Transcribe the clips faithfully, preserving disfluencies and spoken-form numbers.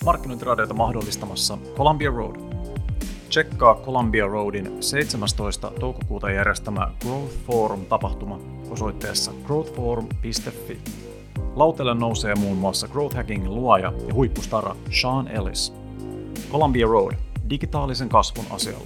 Markkinointiradiota mahdollistamassa Columbia Road. Tsekkaa Columbia Roadin seitsemästoista toukokuuta järjestämä Growth Forum-tapahtuma osoitteessa growth forum piste fi. Lauteelle nousee muun muassa growth hackingin luoja ja huippustara Sean Ellis. Columbia Road, digitaalisen kasvun asialla.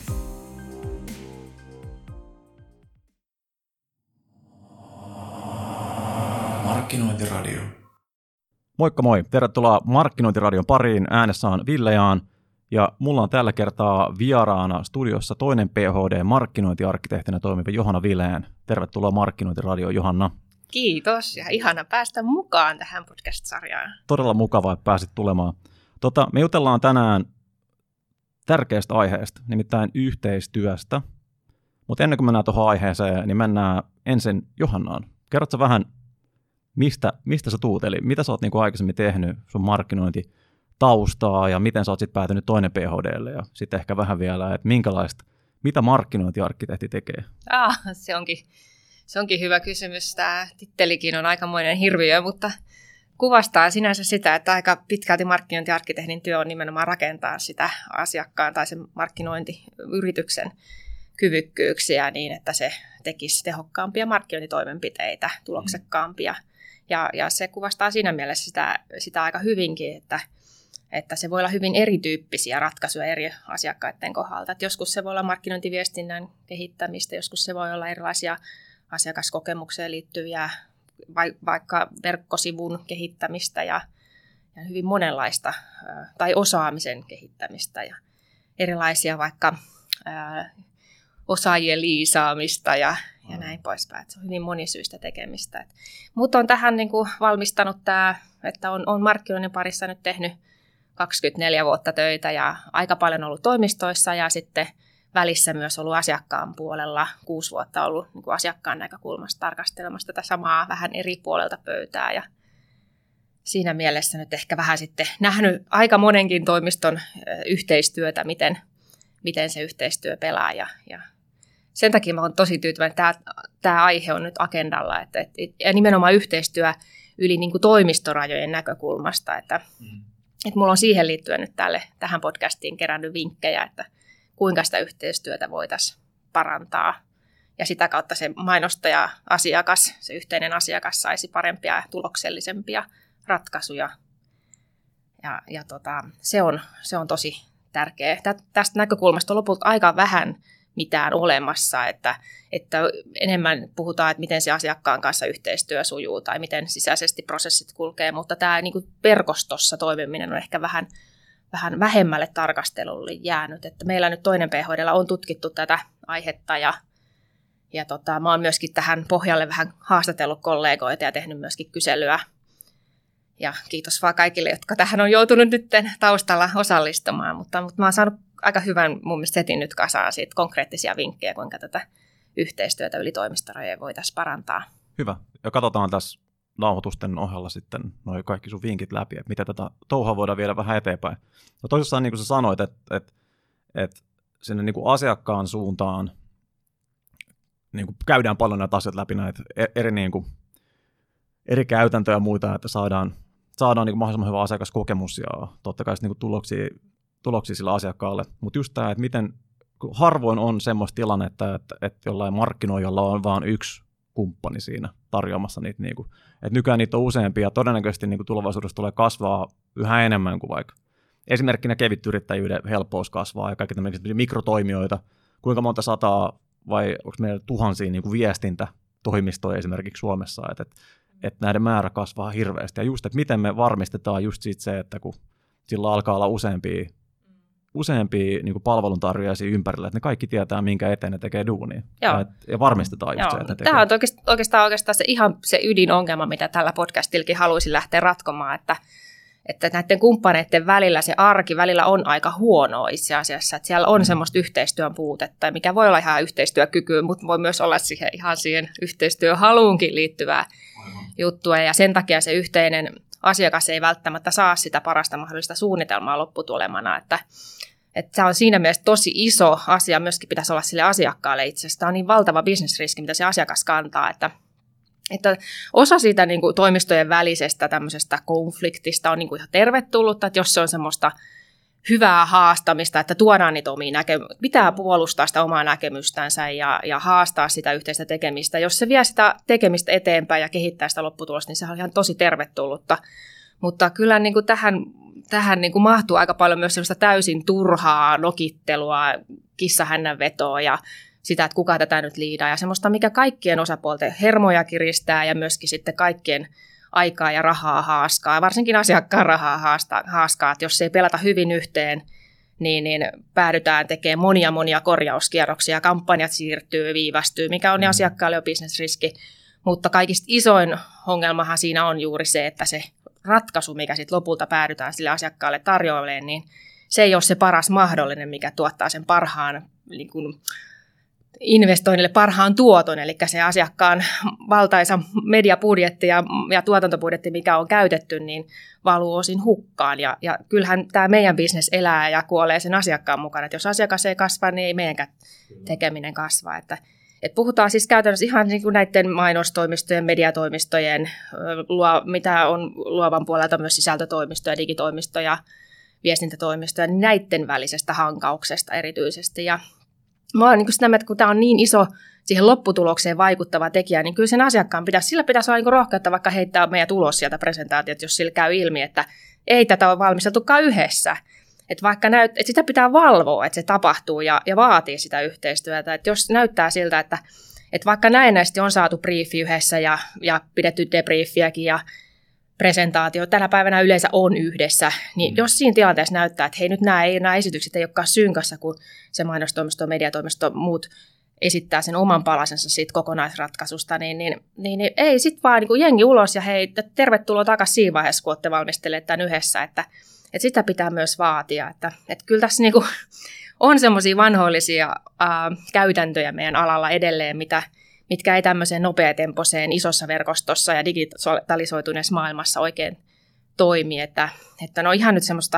Markkinointiradio. Moikka moi, tervetuloa Markkinointiradion pariin. Äänessä on Ville Jaan ja mulla on tällä kertaa vieraana studiossa toinen P H D-markkinointiarkkitehtinä toimiva Johanna Vileen. Tervetuloa Markkinointiradioon, Johanna. Kiitos ja ihana päästä mukaan tähän podcast-sarjaan. Todella mukavaa, että pääsit tulemaan. Tota, me jutellaan tänään tärkeästä aiheesta, nimittäin yhteistyöstä. Mutta ennen kuin mennään tuohon aiheeseen, niin mennään ensin Johannaan. Kerrotko vähän, mistä, mistä sä tuut, eli mitä sä oot niinku aikaisemmin tehnyt, sun markkinointitaustaa ja miten sä oot sitten päätynyt toinen P H D:lle ja sitten ehkä vähän vielä, että minkälaista, mitä markkinointiarkkitehti tekee? Ah, se onkin, se onkin hyvä kysymys. Tämä tittelikin on aikamoinen hirviö, mutta kuvastaa sinänsä sitä, että aika pitkälti markkinointiarkkitehdin työ on nimenomaan rakentaa sitä asiakkaan tai sen markkinointiyrityksen kyvykkyyksiä niin, että se tekisi tehokkaampia markkinointitoimenpiteitä, tuloksekkaampia. Ja, ja se kuvastaa siinä mielessä sitä, sitä aika hyvinkin, että, että se voi olla hyvin erityyppisiä ratkaisuja eri asiakkaiden kohdalta. Et joskus se voi olla markkinointiviestinnän kehittämistä, joskus se voi olla erilaisia asiakaskokemukseen liittyviä, vaikka verkkosivun kehittämistä ja, ja hyvin monenlaista, tai osaamisen kehittämistä ja erilaisia vaikka ää, osaajien liisaamista ja, ja näin poispäin. Et se on hyvin monisyistä tekemistä. Et, mutta on tähän niin kuin valmistanut tämä, että on, on markkinoinnin parissa nyt tehnyt kaksikymmentäneljä vuotta töitä ja aika paljon ollut toimistoissa ja sitten välissä myös ollut asiakkaan puolella kuusi vuotta ollut niin kuin asiakkaan näkökulmasta tarkastelemassa tätä samaa vähän eri puolelta pöytää. Ja siinä mielessä nyt ehkä vähän sitten nähnyt aika monenkin toimiston yhteistyötä, miten, miten se yhteistyö pelaa. Ja, ja sen takia mä olen tosi tyytyväinen, että tämä, tämä aihe on nyt agendalla. Että, et, ja nimenomaan yhteistyö yli niin kuin toimistorajojen näkökulmasta. Että, mm. että mulla on siihen liittyen nyt tälle, tähän podcastiin kerännyt vinkkejä, että kuinka sitä yhteistyötä voitaisiin parantaa. Ja sitä kautta se mainostaja-asiakas, se yhteinen asiakas saisi parempia ja tuloksellisempia ratkaisuja. Ja, ja tota, se, on, se on tosi tärkeää. Tästä näkökulmasta on lopulta aika vähän mitään olemassa, että, että enemmän puhutaan, että miten se asiakkaan kanssa yhteistyö sujuu tai miten sisäisesti prosessit kulkee, mutta tämä niin kuin verkostossa toimiminen on ehkä vähän vähän vähemmälle tarkastelulle jäänyt. Että meillä nyt toinen P H D:llä on tutkittu tätä aihetta ja, ja tota, mä oon myöskin tähän pohjalle vähän haastatellut kollegoita ja tehnyt myöskin kyselyä. Ja kiitos vaan kaikille, jotka tähän on joutunut nyt taustalla osallistumaan, mutta, mutta mä oon saanut aika hyvän mun mielestä setin nyt kasaan siitä konkreettisia vinkkejä, kuinka tätä yhteistyötä yli toimistorajojen voitaisiin parantaa. Hyvä. Ja katsotaan tässä nauhoitusten ohella sitten noi kaikki sun vinkit läpi, että miten tätä touhaa voidaan viedä vähän eteenpäin. No toisaalta niin kuin sä sanoit, että, että, että sinne niin kuin asiakkaan suuntaan niin kuin käydään paljon näitä asioita läpi, näitä eri, niin kuin, eri käytäntöjä ja muita, että saadaan, saadaan niin kuin mahdollisimman hyvä asiakaskokemus ja totta kai niin kuin tuloksia, tuloksia sillä asiakkaalle. Mutta just tämä, että miten harvoin on semmoista tilannetta, että, että jollain markkinoijalla on vain yksi kumppani siinä tarjoamassa niitä. Niin kuin, että nykyään niitä on useampia ja todennäköisesti niin kuin tulevaisuudessa tulee kasvaa yhä enemmän kuin vaikka esimerkkinä kevytyrittäjyyden helppous kasvaa ja kaikki tämmöisiä mikrotoimijoita, kuinka monta sataa vai onko meillä tuhansia niin kuin viestintätoimistoja esimerkiksi Suomessa, että, että, että näiden määrä kasvaa hirveästi ja just, että miten me varmistetaan just siitä se, että kun sillä alkaa olla useampia useampia niin kuin palveluntarjoajia ympärillä, että ne kaikki tietää, minkä eteen ne tekee duunia. Ja, ja varmistetaan just Joo. se, että tekee. Tämä on oikeastaan, oikeastaan, oikeastaan se ihan se ydinongelma, mitä tällä podcastillakin haluaisin lähteä ratkomaan, että, että näiden kumppaneiden välillä se arki välillä on aika huonoa itse asiassa, että siellä on mm. semmoista yhteistyön puutetta, mikä voi olla ihan yhteistyökykyä, mutta voi myös olla siihen, ihan siihen yhteistyöhaluunkin liittyvää Aivan. juttua, ja sen takia se yhteinen asiakas ei välttämättä saa sitä parasta mahdollista suunnitelmaa lopputulemana, että Että se on siinä mielessä tosi iso asia, myöskin pitäisi olla sille asiakkaalle itse asiassa. Tämä on niin valtava bisnesriski, mitä se asiakas kantaa, että, Että osa siitä niin kuin toimistojen välisestä tämmöisestä konfliktista on niin kuin ihan tervetullutta, että jos se on semmoista hyvää haastamista, että tuodaan niitä omia näkemyksiä, pitää puolustaa sitä omaa näkemystänsä ja, ja haastaa sitä yhteistä tekemistä. Jos se vie sitä tekemistä eteenpäin ja kehittää sitä lopputulosta, niin se on ihan tosi tervetullutta. Mutta kyllä niin kuin tähän, tähän niin kuin mahtuu aika paljon myös sellaista täysin turhaa nokittelua, kissahännän vetoa ja sitä, että kuka tätä nyt liidaa ja semmoista, mikä kaikkien osapuolten hermoja kiristää ja myöskin sitten kaikkien aikaa ja rahaa haaskaa, varsinkin asiakkaan rahaa haaskaa, haaskaa, että jos ei pelata hyvin yhteen, niin, niin päädytään tekemään monia monia korjauskierroksia, kampanjat siirtyy, viivästyy, mikä on mm. asiakkaalle jo bisnesriski, mutta kaikista isoin ongelmahan siinä on juuri se, että se ratkaisu, mikä sitten lopulta päädytään sille asiakkaalle tarjoamaan, niin se ei ole se paras mahdollinen, mikä tuottaa sen parhaan niin kuin investoinnille parhaan tuoton, eli se asiakkaan valtaisa mediabudjetti ja, ja tuotantobudjetti, mikä on käytetty, niin valuu osin hukkaan. Ja, ja kyllähän tämä meidän bisnes elää ja kuolee sen asiakkaan mukana. Et jos asiakas ei kasva, niin ei meidänkään tekeminen kasva. Että, et puhutaan siis käytännössä ihan niin kuin näiden mainostoimistojen, mediatoimistojen, luo, mitä on luovan puolelta myös sisältötoimistoja, digitoimistoja, viestintätoimistoja, niin näiden välisestä hankauksesta erityisesti. Ja mä oon niin sitä mieltä, että kun tämä on niin iso siihen lopputulokseen vaikuttava tekijä, niin kyllä sen asiakkaan pitäisi, sillä pitäisi olla niin rohkeutta vaikka heittää meidän tulos sieltä presentaatiot, jos sillä käy ilmi, että ei tätä ole valmisteltukaan yhdessä. Että vaikka näyt, että sitä pitää valvoa, että se tapahtuu ja, ja vaatii sitä yhteistyötä. Että jos näyttää siltä, että, että vaikka näennäisesti on saatu briefi yhdessä ja, ja pidetty debriefiäkin ja presentaatio tänä päivänä yleensä on yhdessä, niin mm. jos siinä tilanteessa näyttää, että hei nyt nämä, ei, nämä esitykset ei olekaan synkassa, kun se mainostoimisto, mediatoimisto, muut esittää sen oman palasensa siitä kokonaisratkaisusta, niin, niin, niin, niin ei sitten vaan niin kuin jengi ulos ja hei, tervetuloa takaisin siinä vaiheessa, kun olette valmistelleet tämän yhdessä, että, että sitä pitää myös vaatia. Että, että kyllä tässä niin kuin on semmoisia vanhoillisia ää, käytäntöjä meidän alalla edelleen, mitä mitkä ei tämmöiseen nopeatempoiseen isossa verkostossa ja digitalisoituneessa maailmassa oikein toimi, että, että no ihan nyt semmoista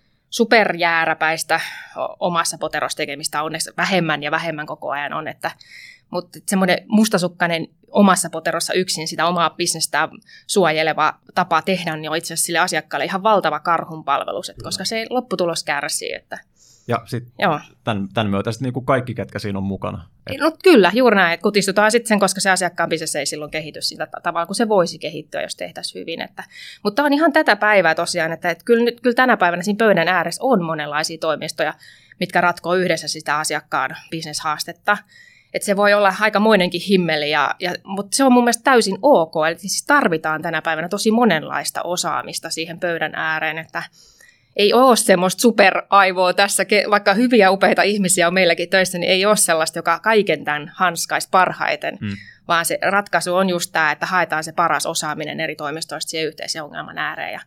superjääräpäistä omassa poterossa tekemistä onneksi vähemmän ja vähemmän koko ajan on, että, mutta semmoinen mustasukkainen omassa poterossa yksin sitä omaa bisnestä suojeleva tapa tehdä, niin on itse asiassa sille asiakkaalle ihan valtava karhunpalvelus, että koska se lopputulos kärsii, että ja sitten tämän, tämän myötä sitten niin kaikki, ketkä siinä on mukana. Et... No kyllä, juuri näin, että kutistutaan sitten sen, koska se asiakkaan bisnes ei silloin kehity sillä tavalla, kun se voisi kehittyä, jos tehtäisiin hyvin. Että, mutta on ihan tätä päivää tosiaan, että, että kyllä, kyllä tänä päivänä siinä pöydän ääressä on monenlaisia toimistoja, mitkä ratkoo yhdessä sitä asiakkaan bisneshaastetta. Että se voi olla aikamoinenkin himmeli, ja, ja, mutta se on mun mielestä täysin ok. Eli siis tarvitaan tänä päivänä tosi monenlaista osaamista siihen pöydän ääreen, että ei ole semmoista superaivoa tässä, vaikka hyviä upeita ihmisiä on meilläkin töissä, niin ei ole sellaista, joka kaiken tämän hanskaisi parhaiten, mm. vaan se ratkaisu on just tämä, että haetaan se paras osaaminen eri toimistoista siihen yhteisen ongelman ääreen. Ja,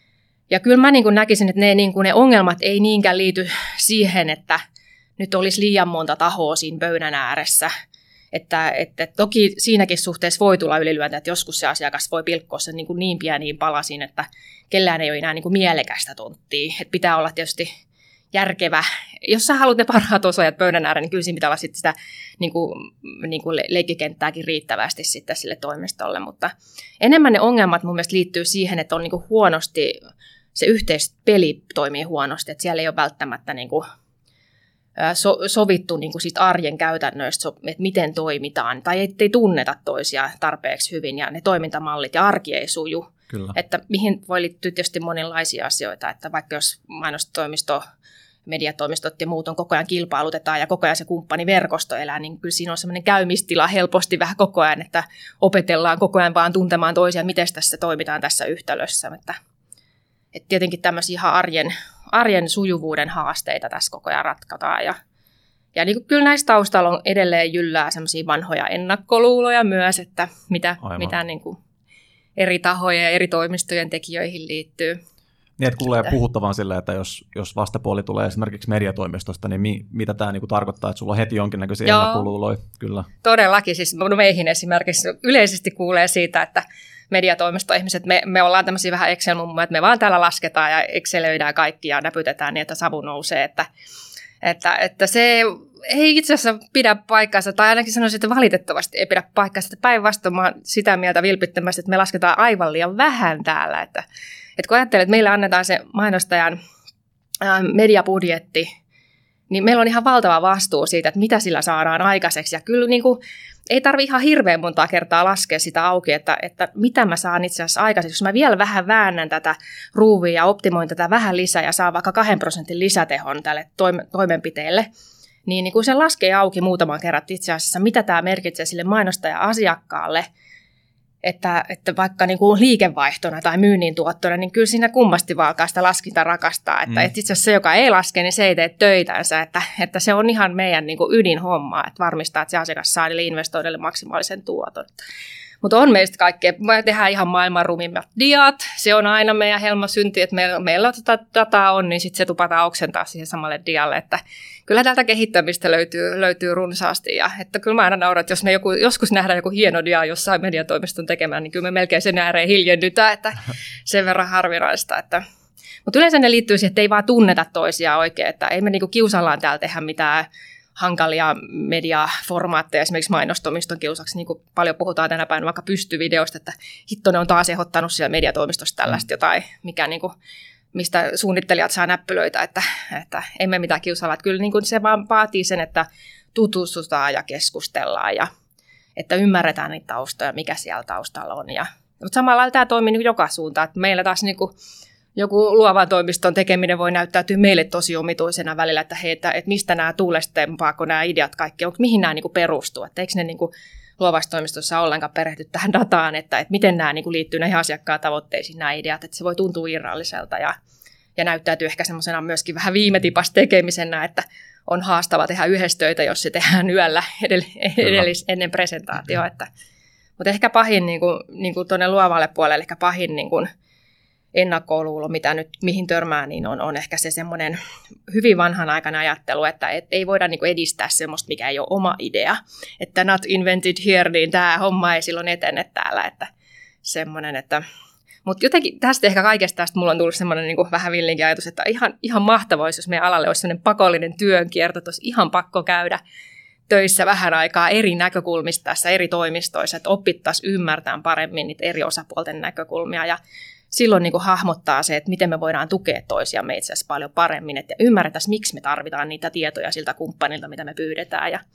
ja kyllä mä niin kuin näkisin, että ne, niin kuin ne ongelmat ei niinkään liity siihen, että nyt olisi liian monta tahoa siinä pöydän ääressä. Että, että toki siinäkin suhteessa voi tulla ylilyöntä, että joskus se asiakas voi pilkkoa sen niin, kuin niin pieniin palasiin, että kellään ei ole enää niin kuin mielekästä tonttia. Että pitää olla tietysti järkevä. Jos sä haluat ne parhaat osaajat pöydän ääreen, niin kyllä siinä pitää olla sitten sitä niin kuin, niin kuin leikkikenttääkin riittävästi sitten sille toimistolle. Mutta enemmän ne ongelmat mun mielestä liittyy siihen, että on niin kuin huonosti, se yhteispeli toimii huonosti, että siellä ei ole välttämättä niin kuin So, sovittu niin kuin siitä arjen käytännöistä, että miten toimitaan, tai ettei tunneta toisia tarpeeksi hyvin, ja ne toimintamallit ja arki ei suju. Kyllä. Että mihin voi liittyä tietysti monenlaisia asioita, että vaikka jos mainostoimisto, mediatoimistot ja muut on koko ajan kilpailutetaan, ja koko ajan se kumppaniverkosto elää, niin kyllä siinä on sellainen käymistila helposti vähän koko ajan, että opetellaan koko ajan vaan tuntemaan toisia, miten tässä toimitaan tässä yhtälössä. Että, että tietenkin tämmöisiä ihan arjen arjen sujuvuuden haasteita tässä koko ajan ratkataan. Ja, ja niin kuin kyllä näissä taustalla on edelleen jyllää semmoisia vanhoja ennakkoluuloja myös, että mitä, mitä niin kuin eri tahojen ja eri toimistojen tekijöihin liittyy. Niin, että kuulee puhuttavan sillä, että jos, jos vastapuoli tulee esimerkiksi mediatoimistosta, niin mi, mitä tämä niinku tarkoittaa, että sulla on heti jonkinnäköisiä Joo. ennakkoluuloja? Kyllä. Todellakin, siis meihin esimerkiksi yleisesti kuulee siitä, että mediatoimistoihmiset, me, me ollaan tämmöisiä vähän Excel-mummoja, että me vaan täällä lasketaan ja Excelöidään kaikki ja näpytetään niin, että savu nousee. Että, että, että se ei itse asiassa pidä paikkaansa, tai ainakin sanoisin, että valitettavasti ei pidä paikkaansa. Päinvastoin mä oon sitä mieltä vilpittömästi, että me lasketaan aivan liian vähän täällä. Että, että kun ajattelee, että meille annetaan se mainostajan ää, mediabudjetti, niin meillä on ihan valtava vastuu siitä, että mitä sillä saadaan aikaiseksi. Ja kyllä niin kuin, ei tarvitse ihan hirveän montaa kertaa laskea sitä auki, että, että mitä mä saan itse asiassa aikaiseksi. Jos mä vielä vähän väännän tätä ruuvia ja optimoin tätä vähän lisää ja saan vaikka kahden prosentin lisätehon tälle toime- toimenpiteelle, niin, niin kun se laskee auki muutaman kerran itse asiassa, mitä tämä merkitsee sille mainostaja-asiakkaalle, että, että vaikka niin kuin liikevaihtona tai myynnin tuottona, niin kyllä siinä kummasti vaan alkaa sitä laskinta rakastaa. Että mm. itse asiassa se, joka ei laske, niin se ei tee töitänsä. Että, että se on ihan meidän niin kuin ydinhomma, että varmistaa, että se asiakas saa niille investoinnille maksimaalisen tuoton. Mutta on meistä kaikkea. Me tehdään ihan maailman rumimmat diat. Se on aina meidän helmasynti, että meillä, meillä tätä dataa on, niin sitten se tupataan oksentaa siihen samalle dialle. Että kyllä täältä kehittämistä löytyy, löytyy runsaasti. Ja että kyllä mä aina nauran, että jos me joku, joskus nähdään joku hieno dia jossain mediatoimiston tekemään, niin kyllä me melkein sen ääreen hiljennytään, että sen verran harvinaista. Että. Mutta yleensä ne liittyy siihen, että ei vaan tunneta toisiaan oikein. Että ei me niinku kiusallaan täällä tehdä mitään hankalia mediaformaatteja, esimerkiksi mainostoimiston kiusaksi, niin kuin paljon puhutaan tänä päivänä vaikka pystyvideosta, että hitto ne on taas ehdottanut siellä mediatoimistossa tällaista jotain, mikä niin kuin, mistä suunnittelijat saa näppylöitä, että, että emme mitään kiusalla. Että kyllä niin kuin se vaan vaatii sen, että tutustutaan ja keskustellaan ja että ymmärretään niitä taustoja, mikä siellä taustalla on. Ja, mutta samalla lailla tämä toimii niin joka suuntaan, että meillä taas niin kuin joku luovan toimiston tekeminen voi näyttäytyä meille tosi omituisena välillä, että, hei, että, että mistä nämä tuulestempaako nämä ideat kaikki, onko, mihin nämä niin kuin perustuu, että eikö ne niin kuin luovassa toimistossa ollenkaan perehdy tähän dataan, että, että miten nämä niin kuin liittyy näihin asiakkaan tavoitteisiin nämä ideat, että se voi tuntua irralliselta ja, ja näyttäytyy ehkä semmoisena myöskin vähän viimetipas tekemisenä, että on haastava tehdä yhdessä töitä, jos se tehdään yöllä edell- edellis, ennen presentaatioa, että, mutta ehkä pahin niin kuin, niin kuin tuonne luovalle puolelle, ehkä pahin niin kuin ennakkoluulo, mitä nyt mihin törmää, niin on, on ehkä se semmoinen hyvin vanhan aikana ajattelu, että et, ei voida niinku edistää semmoista, mikä ei ole oma idea. Että not invented here, niin tämä homma ei silloin etene täällä. Että semmoinen, että mutta jotenkin tästä ehkä kaikesta tästä mulla on tullut semmoinen niinku vähän villinkin ajatus, että ihan, ihan mahtavaa olisi, jos meidän alalle olisi semmoinen pakollinen työnkierto, että olisi ihan pakko käydä töissä vähän aikaa eri näkökulmista tässä eri toimistoissa, että opittaisiin ymmärtämään paremmin niitä eri osapuolten näkökulmia ja silloin niin kuin hahmottaa se, että miten me voidaan tukea toisiamme itse asiassa paljon paremmin, että ymmärrettäisiin, miksi me tarvitaan niitä tietoja siltä kumppanilta, mitä me pyydetään. Ja,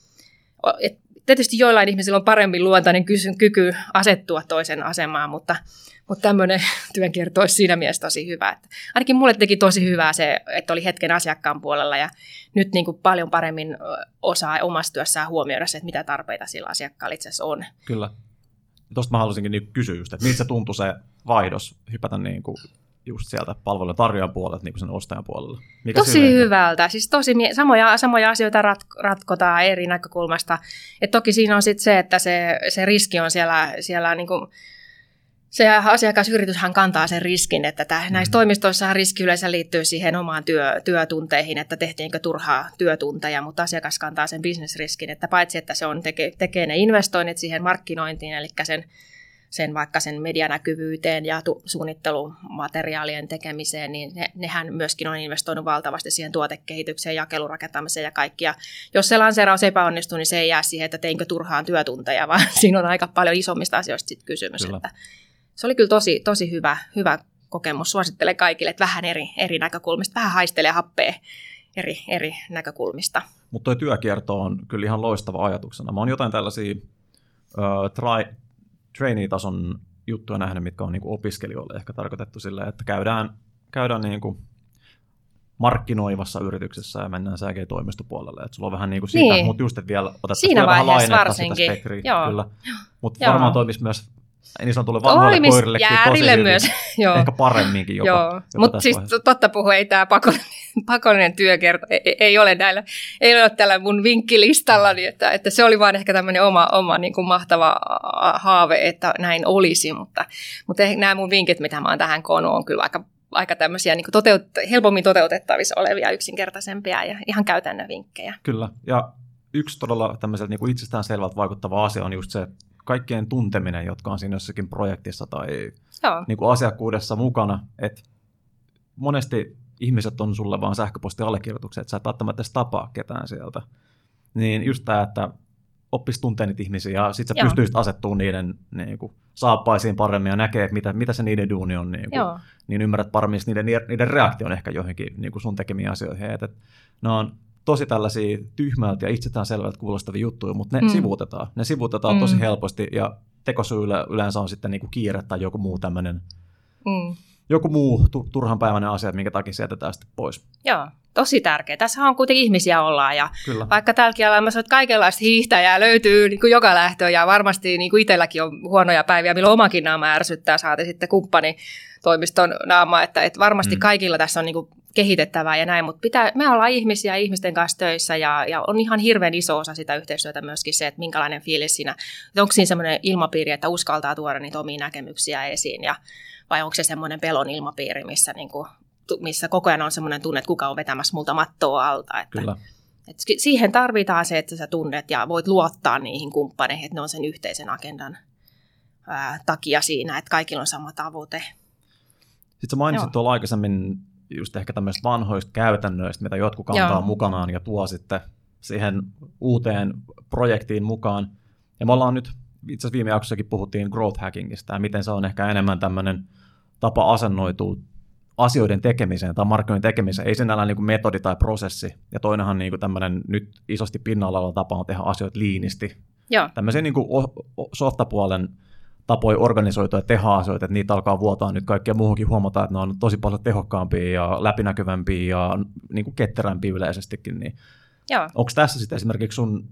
et tietysti joillain ihmisillä on paremmin luontainen kyky asettua toisen asemaan, mutta, mutta tämmöinen työnkierto olisi siinä mielessä tosi hyvä. Että ainakin mulle teki tosi hyvää se, että oli hetken asiakkaan puolella ja nyt niin kuin paljon paremmin osaa omassa työssään huomioida se, että mitä tarpeita sillä asiakkaalla itse asiassa on. Kyllä. Tuosta mä haluaisinkin niin kysyä just, että miltä se tuntui se vaihdos, hypätä niin kuin just sieltä palvelun tarjoajan puolelta niin kuin sen ostajan puolella? Mikä tosi hyvältä. Siis tosi mie- samoja, samoja asioita rat- ratkotaan eri näkökulmasta. Et toki siinä on sitten se, että se, se riski on siellä, siellä niin kuin se asiakasyrityshän kantaa sen riskin, että täh, mm. näissä toimistoissa riski yleensä liittyy siihen omaan työ, työtunteihin, että tehtiinkö turhaa työtunteja, mutta asiakas kantaa sen bisnesriskin, että paitsi että se on teke, tekee ne investoinnit siihen markkinointiin, eli sen, sen vaikka sen medianäkyvyyteen ja tu, suunnittelumateriaalien tekemiseen, niin ne, nehän myöskin on investoinut valtavasti siihen tuotekehitykseen, jakelurakentamiseen ja kaikki. Ja jos se lanseeraus epäonnistuu, niin se ei jää siihen, että teinkö turhaan työtunteja, vaan siinä on aika paljon isommista asioista sit kysymys. Että se oli kyllä tosi, tosi hyvä, hyvä kokemus. Suosittelen kaikille, että vähän eri, eri näkökulmista, vähän haistelee happea eri, eri näkökulmista. Mutta tuo työkierto on kyllä ihan loistava ajatuksena. Mä oon jotain tällaisia uh, try, trainee-tason juttuja nähnyt, mitkä on niinku opiskelijoille ehkä tarkoitettu silleen, että käydään, käydään niinku markkinoivassa yrityksessä ja mennään C G-toimistopuolelle. Että sulla on vähän niinku sitä, niin. mutta just, että vielä otettaisiin vielä vähän lainetta sitä spektriä. Mutta varmaan toimisi myös niin sanotulle vanhoille koirillekin tosi hyvin, myös. Ehkä paremminkin jopa. Mutta siis totta puhuu, ei tämä pakollinen, pakollinen työkierto, ei, ei ole näillä, ei ole tällä mun vinkkilistallani, että, että se oli vaan ehkä tämmöinen oma, oma niin kuin mahtava haave, että näin olisi, mutta, mutta nämä mun vinkit, mitä mä oon tähän koonnut, on kyllä aika, aika tämmöisiä niin kuin toteut- helpommin toteutettavissa olevia, yksinkertaisempia ja ihan käytännön vinkkejä. Kyllä, ja yksi todella tämmöiseltä niin kuin itsestään selvältä vaikuttava asia on just se, kaikkien tunteminen, jotka on siinä jossakin projektissa tai niin kuin asiakkuudessa mukana. Et monesti ihmiset on sulle vaan sähköposti-allekirjoituksia, että sä et välttämättä edes tapaa ketään sieltä. niin just tämä, että oppisi tunteen niitä ihmisiä ja sitten sä pystyisit asettumaan niiden niin kuin, saappaisiin paremmin ja näkee, mitä, mitä se niiden duuni on, niin, kuin, niin ymmärrät paremmin niiden, niiden reaktion ehkä johonkin niin kuin sun tekemiin asioihin. Et, et, ne on tosi tällaisia tyhmältä ja itsestäänselvältä kuulostavia juttuja, mutta ne mm. sivuutetaan. Ne sivuutetaan mm. tosi helposti ja tekosyy yleensä on sitten niin kuin kiire tai joku muu tämmöinen mm. joku muu turhanpäiväinen asia, minkä takia se jätetään sitten pois. Joo, tosi tärkeä. Tässä on kuitenkin ihmisiä ollaan ja Kyllä. vaikka tälläkin alalla kaikenlaista hiihtäjää löytyy niin kuin joka lähtöön ja varmasti niin kuin itselläkin on huonoja päiviä, milloin omakin naama ärsyttää, saati sitten kumppani toimiston naama, että, että varmasti mm. kaikilla tässä on niin kuin kehitettävää ja näin, mutta pitää, me ollaan ihmisiä ihmisten kanssa töissä ja, ja on ihan hirveän iso osa sitä yhteistyötä myöskin se, että minkälainen fiilis siinä, että onko siinä semmoinen ilmapiiri, että uskaltaa tuoda niitä omia näkemyksiä esiin ja vai onko se semmoinen pelon ilmapiiri, missä, niin kuin, missä koko ajan on semmoinen tunne, että kuka on vetämässä multa mattoa alta. Että, Kyllä. että siihen tarvitaan se, että sä tunnet ja voit luottaa niihin kumppaneihin, että ne on sen yhteisen agendan ää, takia siinä, että kaikilla on sama tavoite. Sitten sä mainitsit tuolla aikaisemmin just ehkä tämmöistä vanhoista käytännöistä, mitä jotkut kantaa Joo. mukanaan ja tuo sitten siihen uuteen projektiin mukaan. Ja me ollaan nyt, itse asiassa viime jaksossakin puhuttiin growth hackingista ja miten se on ehkä enemmän tämmöinen tapa asennoitua asioiden tekemiseen tai markkinoiden tekemiseen. Ei sinällään niin kuin metodi tai prosessi. Ja toinenhan niin kuin tämmöinen nyt isosti pinnalla oleva tapa on tehdä asioita liinisti. Joo. Tämmöisiä niin kuin softapuolen tapoja organisoitua ja tehdä asioita, että niitä alkaa vuotaa nyt kaikkea muuhunkin. Huomataan, että ne on tosi paljon tehokkaampia ja läpinäkyvämpiä ja niin kuin ketterämpiä yleisestikin. Niin onko tässä sitten esimerkiksi sun,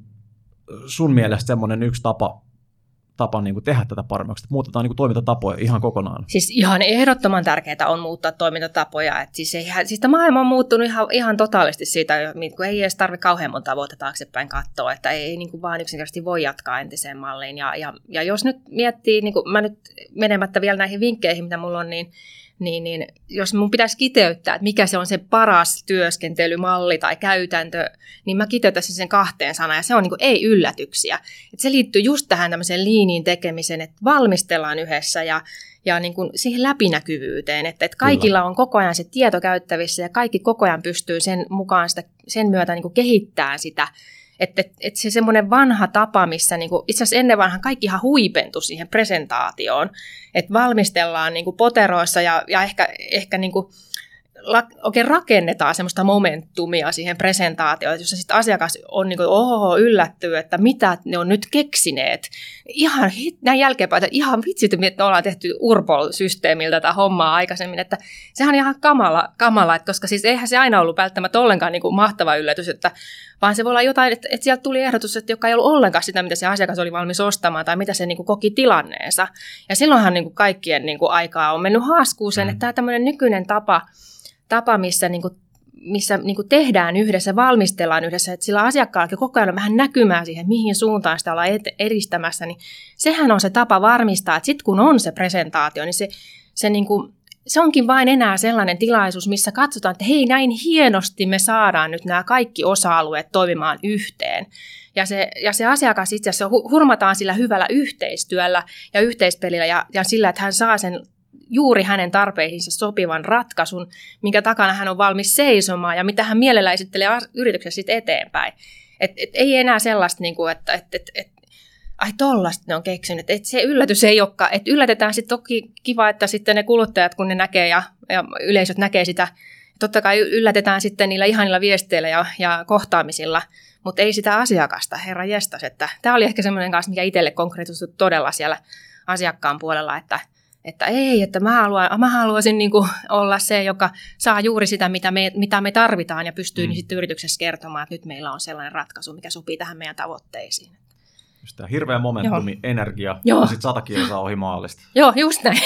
sun mielestä semmoinen yksi tapa, tapa niin kuin tehdä tätä paremmin, että muutetaan niin kuin toimintatapoja ihan kokonaan? Siis ihan ehdottoman tärkeää on muuttaa toimintatapoja. Että siis, ei, siis maailma on muuttunut ihan, ihan totaalisesti siitä, kun ei edes tarvitse kauhean monta vuotta taaksepäin katsoa, että ei niin kuin vaan yksinkertaisesti voi jatkaa entiseen malliin. Ja, ja, ja jos nyt miettii, niin kuin mä nyt menemättä vielä näihin vinkkeihin, mitä mulla on, niin Niin, niin jos mun pitäisi kiteyttää, että mikä se on se paras työskentelymalli tai käytäntö, niin mä kiteytäisin sen kahteen sanaan, ja se on niin kuin ei yllätyksiä. Et se liittyy just tähän tämmöiseen liiniin tekemiseen, että valmistellaan yhdessä ja, ja niin kuin siihen läpinäkyvyyteen, että, että kaikilla on koko ajan se tieto käyttävissä ja kaikki koko ajan pystyy sen mukaan sitä, sen myötä niin kuin kehittämään sitä. Että et, et se semmoinen vanha tapa, missä niinku, itse asiassa ennen vanhan kaikkihan huipentui siihen presentaatioon, että valmistellaan niinku poteroissa ja, ja ehkä, ehkä niinku, la, oikein rakennetaan semmoista momentumia siihen presentaatioon, jossa sitten asiakas on niinku, oho, yllättyy, että mitä ne on nyt keksineet. Ihan näin jälkeenpäin, että ihan vitsit, että ollaan tehty Urpol-systeemiltä tätä hommaa aikaisemmin, että sehän on ihan kamala, kamala että koska siis eihän se aina ollut välttämättä ollenkaan niinku mahtava yllätys, että vaan se voi olla jotain, että, että sieltä tuli ehdotus, että joka ei ollut ollenkaan sitä, mitä se asiakas oli valmis ostamaan tai mitä se niin kuin koki tilanneensa. Ja silloinhan niin kuin kaikkien niin kuin aikaa on mennyt haaskuuseen, että tämä tämmöinen nykyinen tapa, tapa missä, niin kuin, missä niin kuin tehdään yhdessä, valmistellaan yhdessä, että sillä asiakkaallakin koko ajan on vähän näkymää siihen, mihin suuntaan sitä ollaan edistämässä, niin sehän on se tapa varmistaa, että sitten kun on se presentaatio, niin se, se niin kuin se onkin vain enää sellainen tilaisuus, missä katsotaan, että hei, näin hienosti me saadaan nyt nämä kaikki osa-alueet toimimaan yhteen. Ja se, ja se asiakas itse asiassa hurmataan sillä hyvällä yhteistyöllä ja yhteispelillä ja, ja sillä, että hän saa sen juuri hänen tarpeihinsa sopivan ratkaisun, minkä takana hän on valmis seisomaan ja mitä hän mielellään esittelee yrityksessä sitten eteenpäin. Et, et, ei enää sellaista, niin kuin, että et, et, et, ai tollaista ne on keksinyt. Että se yllätys ei olekaan. Että yllätetään sitten toki kiva, että sitten ne kuluttajat, kun ne näkee ja, ja yleisöt näkee sitä, totta kai yllätetään sitten niillä ihanilla viesteillä ja, ja kohtaamisilla, mutta ei sitä asiakasta, herra jestas. Että tämä oli ehkä semmoinen kanssa, mikä itselle konkreettisesti todella siellä asiakkaan puolella, että, että ei, että mä, haluan, mä haluaisin niin kuin olla se, joka saa juuri sitä, mitä me, mitä me tarvitaan ja pystyy mm. niin sitten yrityksessä kertomaan, että nyt meillä on sellainen ratkaisu, mikä sopii tähän meidän tavoitteisiin. Just tämä hirveä momentumi, Joo. energia, Joo. ja sitten sata kilsaa ohi maalista. Joo, just näin.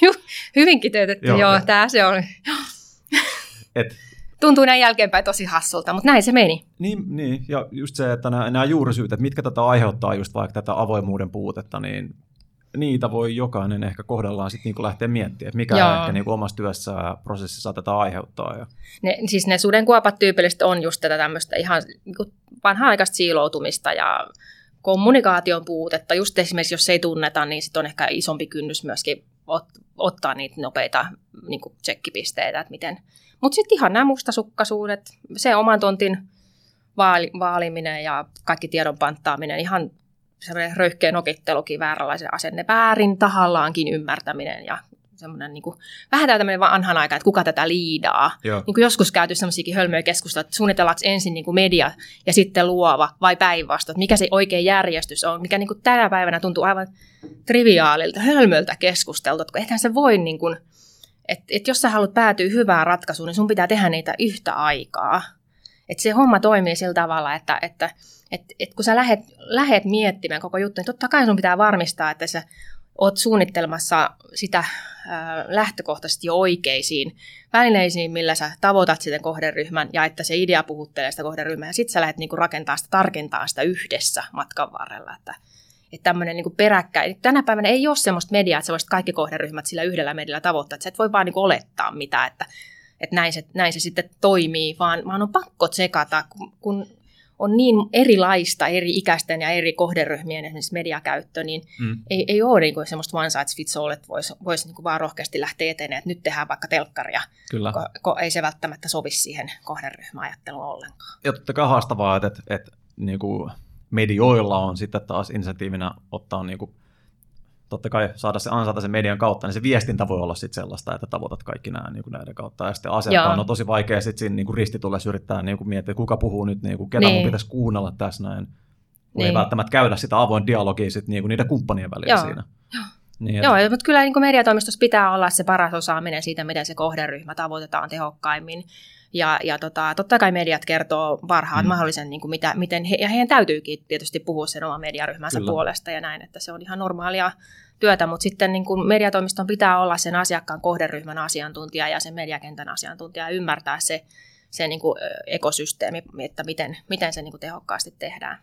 Hyvin kiteytetty. Joo, Joo tämä se oli. Et, tuntuu näin jälkeenpäin tosi hassulta, mutta näin se meni. Niin, niin. Ja just se, että nämä, nämä juurisyyt, että mitkä tätä aiheuttaa, just vaikka tätä avoimuuden puutetta, niin niitä voi jokainen ehkä kohdallaan sitten niin lähteä miettimään, että mikä Joo. ehkä niin omassa työssä ja prosessissa tätä aiheuttaa. Ja ne, siis ne sudenkuopat tyypillisesti on just tätä tämmöistä ihan niin vanha-aikaista siiloutumista ja kommunikaation puutetta. Just esimerkiksi, jos ei tunneta, niin sitten on ehkä isompi kynnys myöskin ot, ottaa niitä nopeita niin kuin tsekkipisteitä. Mutta sitten ihan nämä mustasukkaisuudet, se oman tontin vaali, vaaliminen ja kaikki tiedon panttaaminen, ihan semmoinen röyhkeä nokittelukin, vääränlaisen asenne, väärin tahallaankin ymmärtäminen ja semmoinen niin kuin, vähän tämmöinen vanhan aika, että kuka tätä liidaa. Niin kuin joskus käyty semmoisiakin hölmöjä keskusteluja, että suunnitellaanko ensin niin kuin media ja sitten luova vai päinvastoin, mikä se oikea järjestys on, mikä niin kuin tänä päivänä tuntuu aivan triviaalilta, hölmöltä keskusteltu, että eihän se voi, niin kuin, että, että jos sä haluat päätyä hyvään ratkaisuun, niin sun pitää tehdä niitä yhtä aikaa. Että se homma toimii sillä tavalla, että, että, että, että kun sä lähet, lähet miettimään koko juttu, niin totta kai sun pitää varmistaa, että sä oot suunnittelemassa sitä ää, lähtökohtaisesti jo oikeisiin välineisiin, millä sä tavoitat sitten kohderyhmän ja että se idea puhuttelee sitä kohderyhmää ja sitten sä lähdet niinku rakentamaan sitä, tarkentaa sitä yhdessä matkan varrella. Että, että tämmöinen niinku peräkkäin. Tänä päivänä ei ole semmoista mediaa, että sä voisit kaikki kohderyhmät sillä yhdellä medialla tavoittaa. Että sä et voi vaan niinku olettaa mitä, että, että näin, se, näin se sitten toimii, vaan, vaan on pakko tsekata, kun, kun on niin erilaista eri ikäisten ja eri kohderyhmien esimerkiksi mediakäyttö, niin mm. ei, ei ole niin kuin semmoista one size fits all, että voisi vois niin kuin vaan rohkeasti lähteä eteneen, että nyt tehdään vaikka telkkaria, ko, ko, ei se välttämättä sovi siihen kohderyhmäajatteluun ollenkaan. Ja totta kai haastavaa, että, että, että niin kuin medioilla on sitten taas insentiivinä ottaa niin kuin, totta kai saada se ansata sen median kautta, niin se viestintä voi olla sitten sellaista, että tavoitat kaikki nämä niin kuin näiden kautta. Ja sitten asiakkaan on tosi vaikea sitten siinä niin kuin ristitulessa yrittää niin kuin miettiä, kuka puhuu nyt, niin kuin, ketä niin. mun pitäisi kuunnella tässä näin. Niin. Ei välttämättä käydä sitä avoin dialogia sit, niin kuin niiden kumppanien välillä Joo. siinä. Joo, niin, Joo että... mutta kyllä niin kuin mediatoimistossa pitää olla se paras osaaminen siitä, miten se kohderyhmä tavoitetaan tehokkaimmin. Ja, ja tota, totta kai mediat kertoo parhaan mm. mahdollisen, niin kuin mitä, miten he, ja heidän täytyykin tietysti puhua sen oman mediaryhmänsä Kyllä. puolesta ja näin, että se on ihan normaalia työtä, mutta sitten niin kuin mediatoimiston pitää olla sen asiakkaan kohderyhmän asiantuntija ja sen mediakentän asiantuntija ja ymmärtää se, se niin kuin ekosysteemi, että miten, miten se niin kuin tehokkaasti tehdään.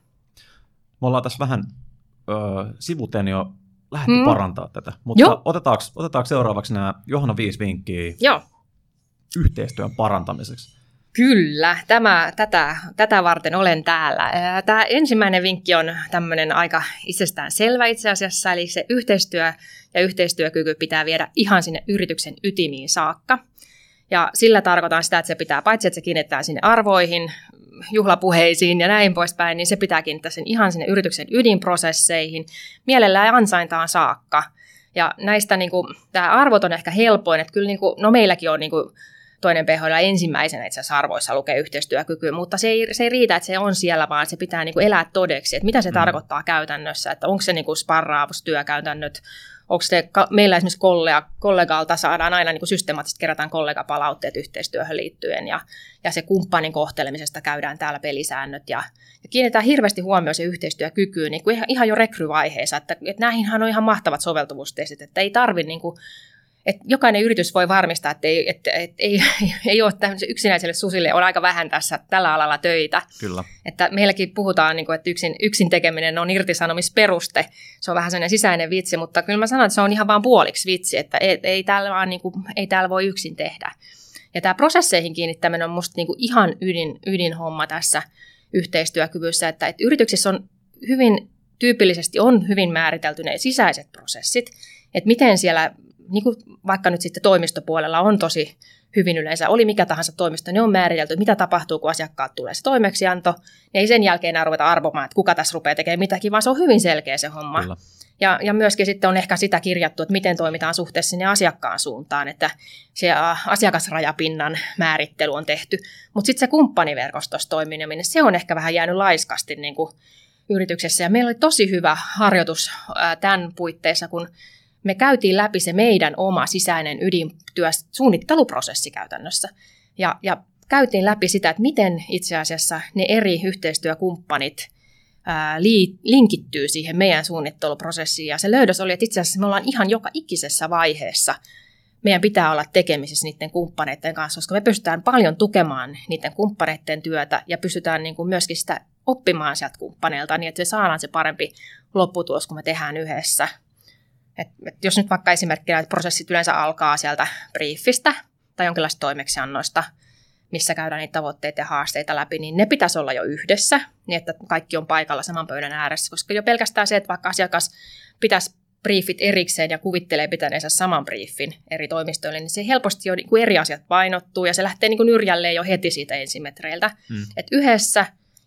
Me ollaan tässä vähän ö, sivuten jo lähdetty mm. parantaa tätä, mutta otetaanko, otetaanko seuraavaksi nämä Johanna viisi vinkkiä Joo. yhteistyön parantamiseksi? Kyllä, tämä, tätä, tätä varten olen täällä. Tämä ensimmäinen vinkki on tämmöinen aika itsestään selvä itse asiassa, eli se yhteistyö ja yhteistyökyky pitää viedä ihan sinne yrityksen ytimiin saakka. Ja sillä tarkoitan sitä, että se pitää, paitsi että se kiinnittää sinne arvoihin, juhlapuheisiin ja näin poispäin, niin se pitää kiinnittää sen ihan sinne yrityksen ydinprosesseihin, mielellään ansaintaan saakka. Ja näistä niin kuin, tämä arvot on ehkä helpoin, että kyllä niin kuin, no meilläkin on niin kuin, toinen P H L ensimmäisenä itse asiassa arvoissa lukee yhteistyökyky, mutta se ei, se ei riitä, että se on siellä, vaan se pitää niin kuin elää todeksi, että mitä se mm. tarkoittaa käytännössä, että onko se niin kuin sparraavus, työkäytännöt, onko se, meillä esimerkiksi kollega, kollegalta saadaan aina niin kuin systemaattisesti kerätään kollegapalautteet yhteistyöhön liittyen ja, ja se kumppanin kohtelemisesta käydään täällä pelisäännöt ja, ja kiinnitetään hirveästi huomioon se yhteistyökykyyn niin kuin ihan, ihan jo rekryvaiheessa, että, että näihinhän on ihan mahtavat soveltuvuustestit, että ei tarvitse niin kuin että jokainen yritys voi varmistaa, että ei, että, että ei, ei ole tämmöiselle yksinäiselle susille, on aika vähän tässä tällä alalla töitä. Kyllä. Että meilläkin puhutaan, että yksin, yksin tekeminen on irtisanomisperuste. Se on vähän sellainen sisäinen vitsi, mutta kyllä mä sanon, että se on ihan vaan puoliksi vitsi, että ei, ei, täällä, vaan, niin kuin, ei täällä voi yksin tehdä. Ja tämä prosesseihin kiinnittäminen on musta niin kuin ihan ydin, ydinhomma tässä yhteistyökyvyssä, että, että yrityksissä on hyvin, tyypillisesti on hyvin määritelty ne sisäiset prosessit, että miten siellä niin kuin vaikka nyt sitten toimistopuolella on tosi hyvin yleensä, oli mikä tahansa toimisto, ne on määritelty, mitä tapahtuu, kun asiakkaat tulee se toimeksianto, niin ei sen jälkeen enää ruveta arvomaan, että kuka tässä rupeaa tekemään mitäkin, vaan se on hyvin selkeä se homma. Ja, ja myöskin sitten on ehkä sitä kirjattu, että miten toimitaan suhteessa sinne asiakkaan suuntaan, että se asiakasrajapinnan määrittely on tehty, mutta sitten se kumppaniverkostossa toimiminen, se on ehkä vähän jäänyt laiskasti niin kuin yrityksessä, ja meillä oli tosi hyvä harjoitus tämän puitteissa, kun me käytiin läpi se meidän oma sisäinen ydintyö suunnitteluprosessi käytännössä ja, ja käytiin läpi sitä, että miten itse asiassa ne eri yhteistyökumppanit ää, lii, linkittyy siihen meidän suunnitteluprosessiin. Ja se löydös oli, että itse asiassa me ollaan ihan joka ikisessä vaiheessa. Meidän pitää olla tekemisissä niiden kumppaneiden kanssa, koska me pystytään paljon tukemaan niiden kumppaneiden työtä ja pystytään niin kuin myöskin sitä oppimaan sieltä kumppaneilta niin, että me saadaan se parempi lopputulos, kun me tehdään yhdessä. Et, et jos nyt vaikka esimerkkinä, että prosessit yleensä alkaa sieltä briefistä tai jonkinlaista toimeksiannoista, missä käydään niitä tavoitteita ja haasteita läpi, niin ne pitäisi olla jo yhdessä, niin että kaikki on paikalla saman pöydän ääressä, koska jo pelkästään se, että vaikka asiakas pitäisi briefit erikseen ja kuvittelee pitäneensä saman briefin eri toimistoille, niin se helposti jo niin eri asiat painottuu ja se lähtee niin kuin nyrjälleen jo heti siitä ensimetreiltä. Hmm. Että yhdessä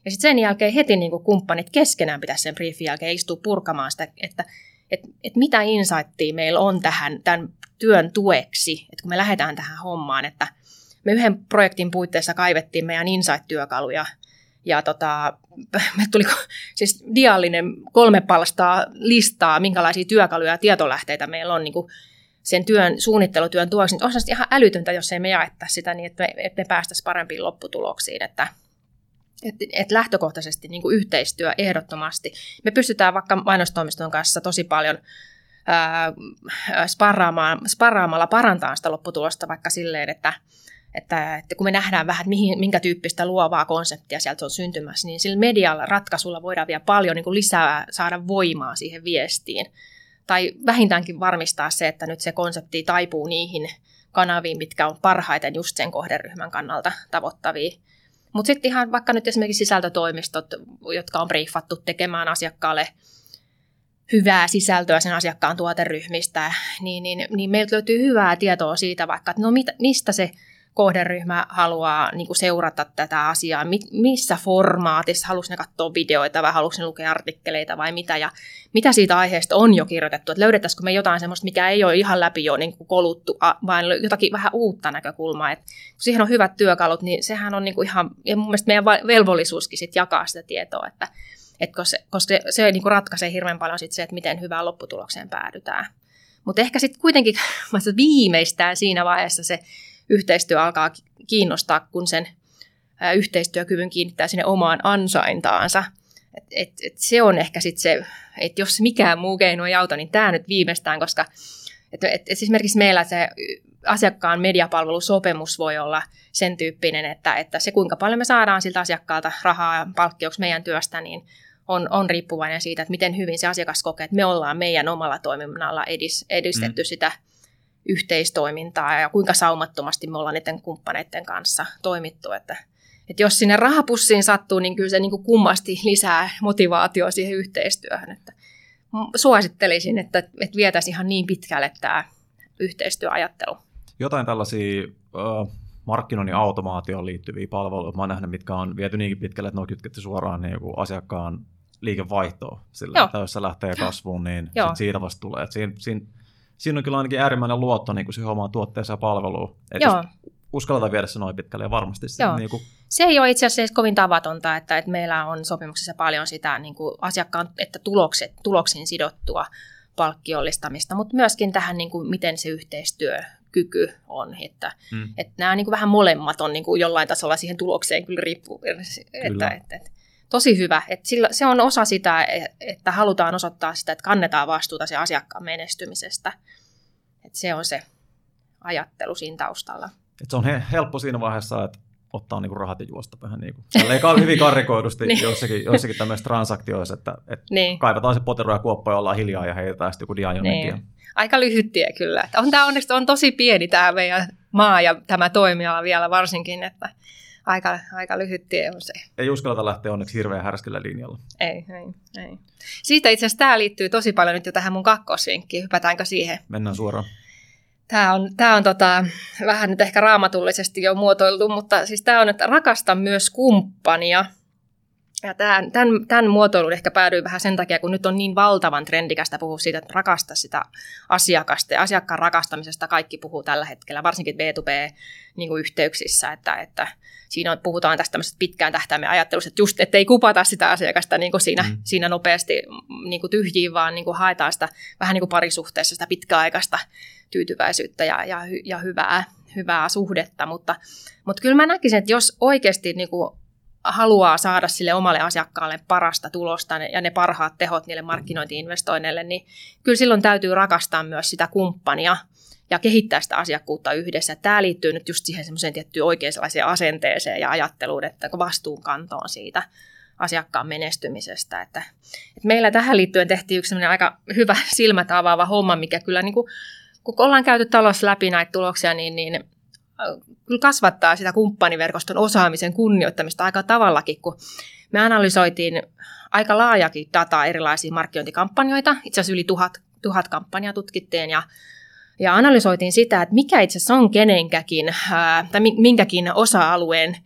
Ja sitten sen jälkeen heti niin kuin kumppanit keskenään pitäisi sen briefin jälkeen istua purkamaan sitä, että et, et mitä insightia meillä on tähän tämän työn tueksi, että kun me lähdetään tähän hommaan, että me yhden projektin puitteissa kaivettiin meidän insight-työkaluja, ja tota, me tuli siis diaalinen kolme palstaa listaa, minkälaisia työkaluja ja tietolähteitä meillä on niin kuin sen työn, suunnittelutyön tuoksi. Niin on se ihan älytöntä, jos ei me jaettaisi sitä niin, että me, että me päästäisiin parempiin lopputuloksiin. Että, että, että lähtökohtaisesti niin kuin yhteistyö ehdottomasti. Me pystytään vaikka mainostoimiston kanssa tosi paljon ää, sparraamalla, sparraamalla parantamaan sitä lopputulosta vaikka silleen, että Että, että kun me nähdään vähän, että mihin, minkä tyyppistä luovaa konseptia sieltä on syntymässä, niin sillä medialla ratkaisulla voidaan vielä paljon niin kuin lisää saada voimaa siihen viestiin. Tai vähintäänkin varmistaa se, että nyt se konsepti taipuu niihin kanaviin, mitkä on parhaiten just sen kohderyhmän kannalta tavoittavia. Mutta sitten ihan vaikka nyt esimerkiksi sisältötoimistot, jotka on briefattu tekemään asiakkaalle hyvää sisältöä sen asiakkaan tuoteryhmistä, niin, niin, niin meiltä löytyy hyvää tietoa siitä vaikka, että no mit, mistä se kohderyhmä haluaa niin kuin seurata tätä asiaa, missä formaatissa, haluaisi ne katsoa videoita vai haluaisi ne lukea artikkeleita vai mitä, ja mitä siitä aiheesta on jo kirjoitettu, että löydettäisikö me jotain semmoista, mikä ei ole ihan läpi jo niin kuin koluttu, vaan jotakin vähän uutta näkökulmaa, että kun siihen on hyvät työkalut, niin sehän on niin kuin ihan, ja mun mielestä meidän velvollisuuskin sit jakaa sitä tietoa, että, että koska se, koska se, se niin kuin ratkaisee hirveän paljon sit se, että miten hyvään lopputulokseen päädytään. Mutta ehkä sitten kuitenkin viimeistään siinä vaiheessa se yhteistyö alkaa kiinnostaa, kun sen ä, yhteistyökyvyn kiinnittää sinne omaan ansaintaansa. Et, et, et se on ehkä sitten se, että jos mikään muu keino ei auta, niin tämä nyt viimeistään, koska et, et, et esimerkiksi meillä se asiakkaan mediapalvelusopimus voi olla sen tyyppinen, että, että se kuinka paljon me saadaan siltä asiakkaalta rahaa ja palkkioksi meidän työstä, niin on, on riippuvainen siitä, että miten hyvin se asiakas kokee, että me ollaan meidän omalla toiminnalla edis, edistetty mm. sitä yhteistoimintaa ja kuinka saumattomasti me ollaan niiden kumppaneiden kanssa toimittu. Että, että jos sinne rahapussiin sattuu, niin kyllä se niin kuin kummasti lisää motivaatiota siihen yhteistyöhön. Että suosittelisin, että, että vietäisiin ihan niin pitkälle tämä yhteistyöajattelu. Jotain tällaisia äh, markkinoinnin automaatioon liittyviä palveluja, mä oon nähnyt, mitkä on viety niinkin pitkälle, että ne on kytketty suoraan niin joku asiakkaan liikevaihtoon. Sillä, että jos se lähtee kasvuun, niin sit siitä vasta tulee. Että siinä, siinä, siinä on kyllä ainakin äärimmäinen luotto niin kuin siihen omaan tuotteeseen ja palveluun. Että jos uskalletaan viedä se noin pitkälle ja varmasti se, niin kuin... se ei ole itse asiassa kovin tavatonta, että, että meillä on sopimuksessa paljon sitä niin kuin asiakkaan, että tulokset, tuloksiin sidottua palkkiollistamista, mutta myöskin tähän, niin kuin, miten se yhteistyökyky on. Että, hmm. että nämä niin kuin vähän molemmat on niin kuin jollain tasolla siihen tulokseen kyllä riippuu. Että, että, että, tosi hyvä. Että sillä, se on osa sitä, että halutaan osoittaa sitä, että kannetaan vastuuta sen asiakkaan menestymisestä. Että se on se ajattelu siinä taustalla. Että se on he, helppo siinä vaiheessa, että ottaa niinku rahat ja juosta vähän niin kuin. Hyvin karrikoidusti niin. jossakin, jossakin tämmöisissä transaktioissa, että, että niin. kaivataan se potero ja kuoppa ja ollaan hiljaa ja heitetään sitten joku dia jonnekin. Niin. Aika lyhyt tie kyllä. Että on tämä onneksi on tosi pieni tämä meidän maa ja tämä toimiala vielä varsinkin, että aika, aika lyhyt tie on se. Ei uskalleta lähteä onneksi hirveän härskillä linjalla. Ei, ei, ei. Siitä itse asiassa tämä liittyy tosi paljon nyt jo tähän mun kakkosvinkkiin. Hypätäänkö siihen? Mennään suoraan. Tämä on, tämä on tota, vähän nyt ehkä raamatullisesti jo muotoiltu, mutta siis tämä on, että rakasta myös kumppania. Ja tämän, tämän, tämän muotoilun ehkä päädyin vähän sen takia, kun nyt on niin valtavan trendikästä puhua siitä, että rakasta sitä asiakasta. Ja asiakkaan rakastamisesta kaikki puhuu tällä hetkellä, varsinkin B to B-yhteyksissä, että, että siinä puhutaan tästä pitkään tähtäimen ajattelusta, että just ettei kupata sitä asiakasta niin kuin siinä, mm. siinä nopeasti niin kuin tyhjiin, vaan niin kuin haetaan sitä vähän niin kuin parisuhteessa sitä pitkäaikaista tyytyväisyyttä ja, ja, ja hyvää, hyvää suhdetta. Mutta, mutta kyllä mä näkisin, että jos oikeasti niin kuin haluaa saada sille omalle asiakkaalle parasta tulosta ja ne parhaat tehot niille markkinointi-investoinneille, niin kyllä silloin täytyy rakastaa myös sitä kumppania ja kehittää sitä asiakkuutta yhdessä. Tämä liittyy nyt just siihen semmoiseen tiettyyn oikeanlaiseen asenteeseen ja ajatteluun, että vastuunkantoon siitä asiakkaan menestymisestä. Että, että meillä tähän liittyen tehtiin yksi semmoinen aika hyvä silmät avaava homma, mikä kyllä niin kuin, kun ollaan käyty talossa läpi näitä tuloksia, niin, niin kyllä kasvattaa sitä kumppaniverkoston osaamisen kunnioittamista aika tavallakin, kun me analysoitiin aika laajakin dataa erilaisia markkinointikampanjoita, itse asiassa yli tuhat, tuhat kampanjaa tutkittiin ja, ja analysoitiin sitä, että mikä itse asiassa on kenenkäkin ää, tai minkäkin osa-alueen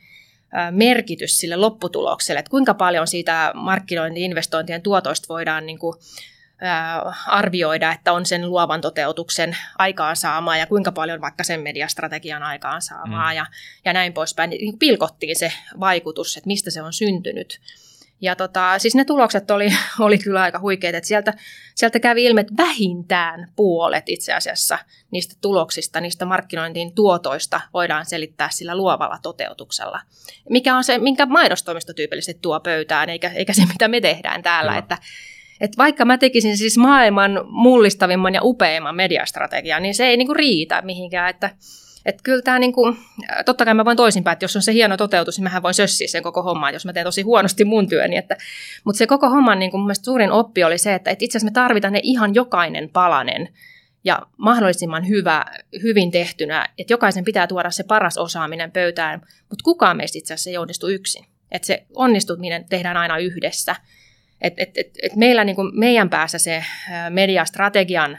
merkitys sille lopputulokselle, että kuinka paljon siitä markkinointi-investointien tuotoista voidaan niin kuin, ää, arvioida, että on sen luovan toteutuksen aikaansaamaa ja kuinka paljon vaikka sen mediastrategian aikaansaamaa mm. ja, ja näin poispäin. Niin pilkottiin se vaikutus, että mistä se on syntynyt. Ja tota, siis ne tulokset oli, oli kyllä aika huikeita, että sieltä, sieltä kävi ilmi, että vähintään puolet itse asiassa niistä tuloksista, niistä markkinointin tuotoista voidaan selittää sillä luovalla toteutuksella. Mikä on se, minkä mainostoimisto tyypillisesti tuo pöytään, eikä, eikä se, mitä me tehdään täällä. Että, että vaikka mä tekisin siis maailman mullistavimman ja upeimman mediastrategian, niin se ei niinku riitä mihinkään, että Että kyllä tämä, niinku, totta kai mä voin toisinpäin, että jos on se hieno toteutus, niin mähän voin sössiä sen koko homman, jos mä teen tosi huonosti mun työni. Että, mutta se koko homman niinku, mun mielestä suurin oppi oli se, että, että itse asiassa me tarvitaan ne ihan jokainen palanen ja mahdollisimman hyvä, hyvin tehtynä, että jokaisen pitää tuoda se paras osaaminen pöytään, mutta kukaan meistä itse asiassa ei onnistu yksin. Että se onnistuminen tehdään aina yhdessä. Että et, et, et meillä, niinku, meidän päässä se mediastrategian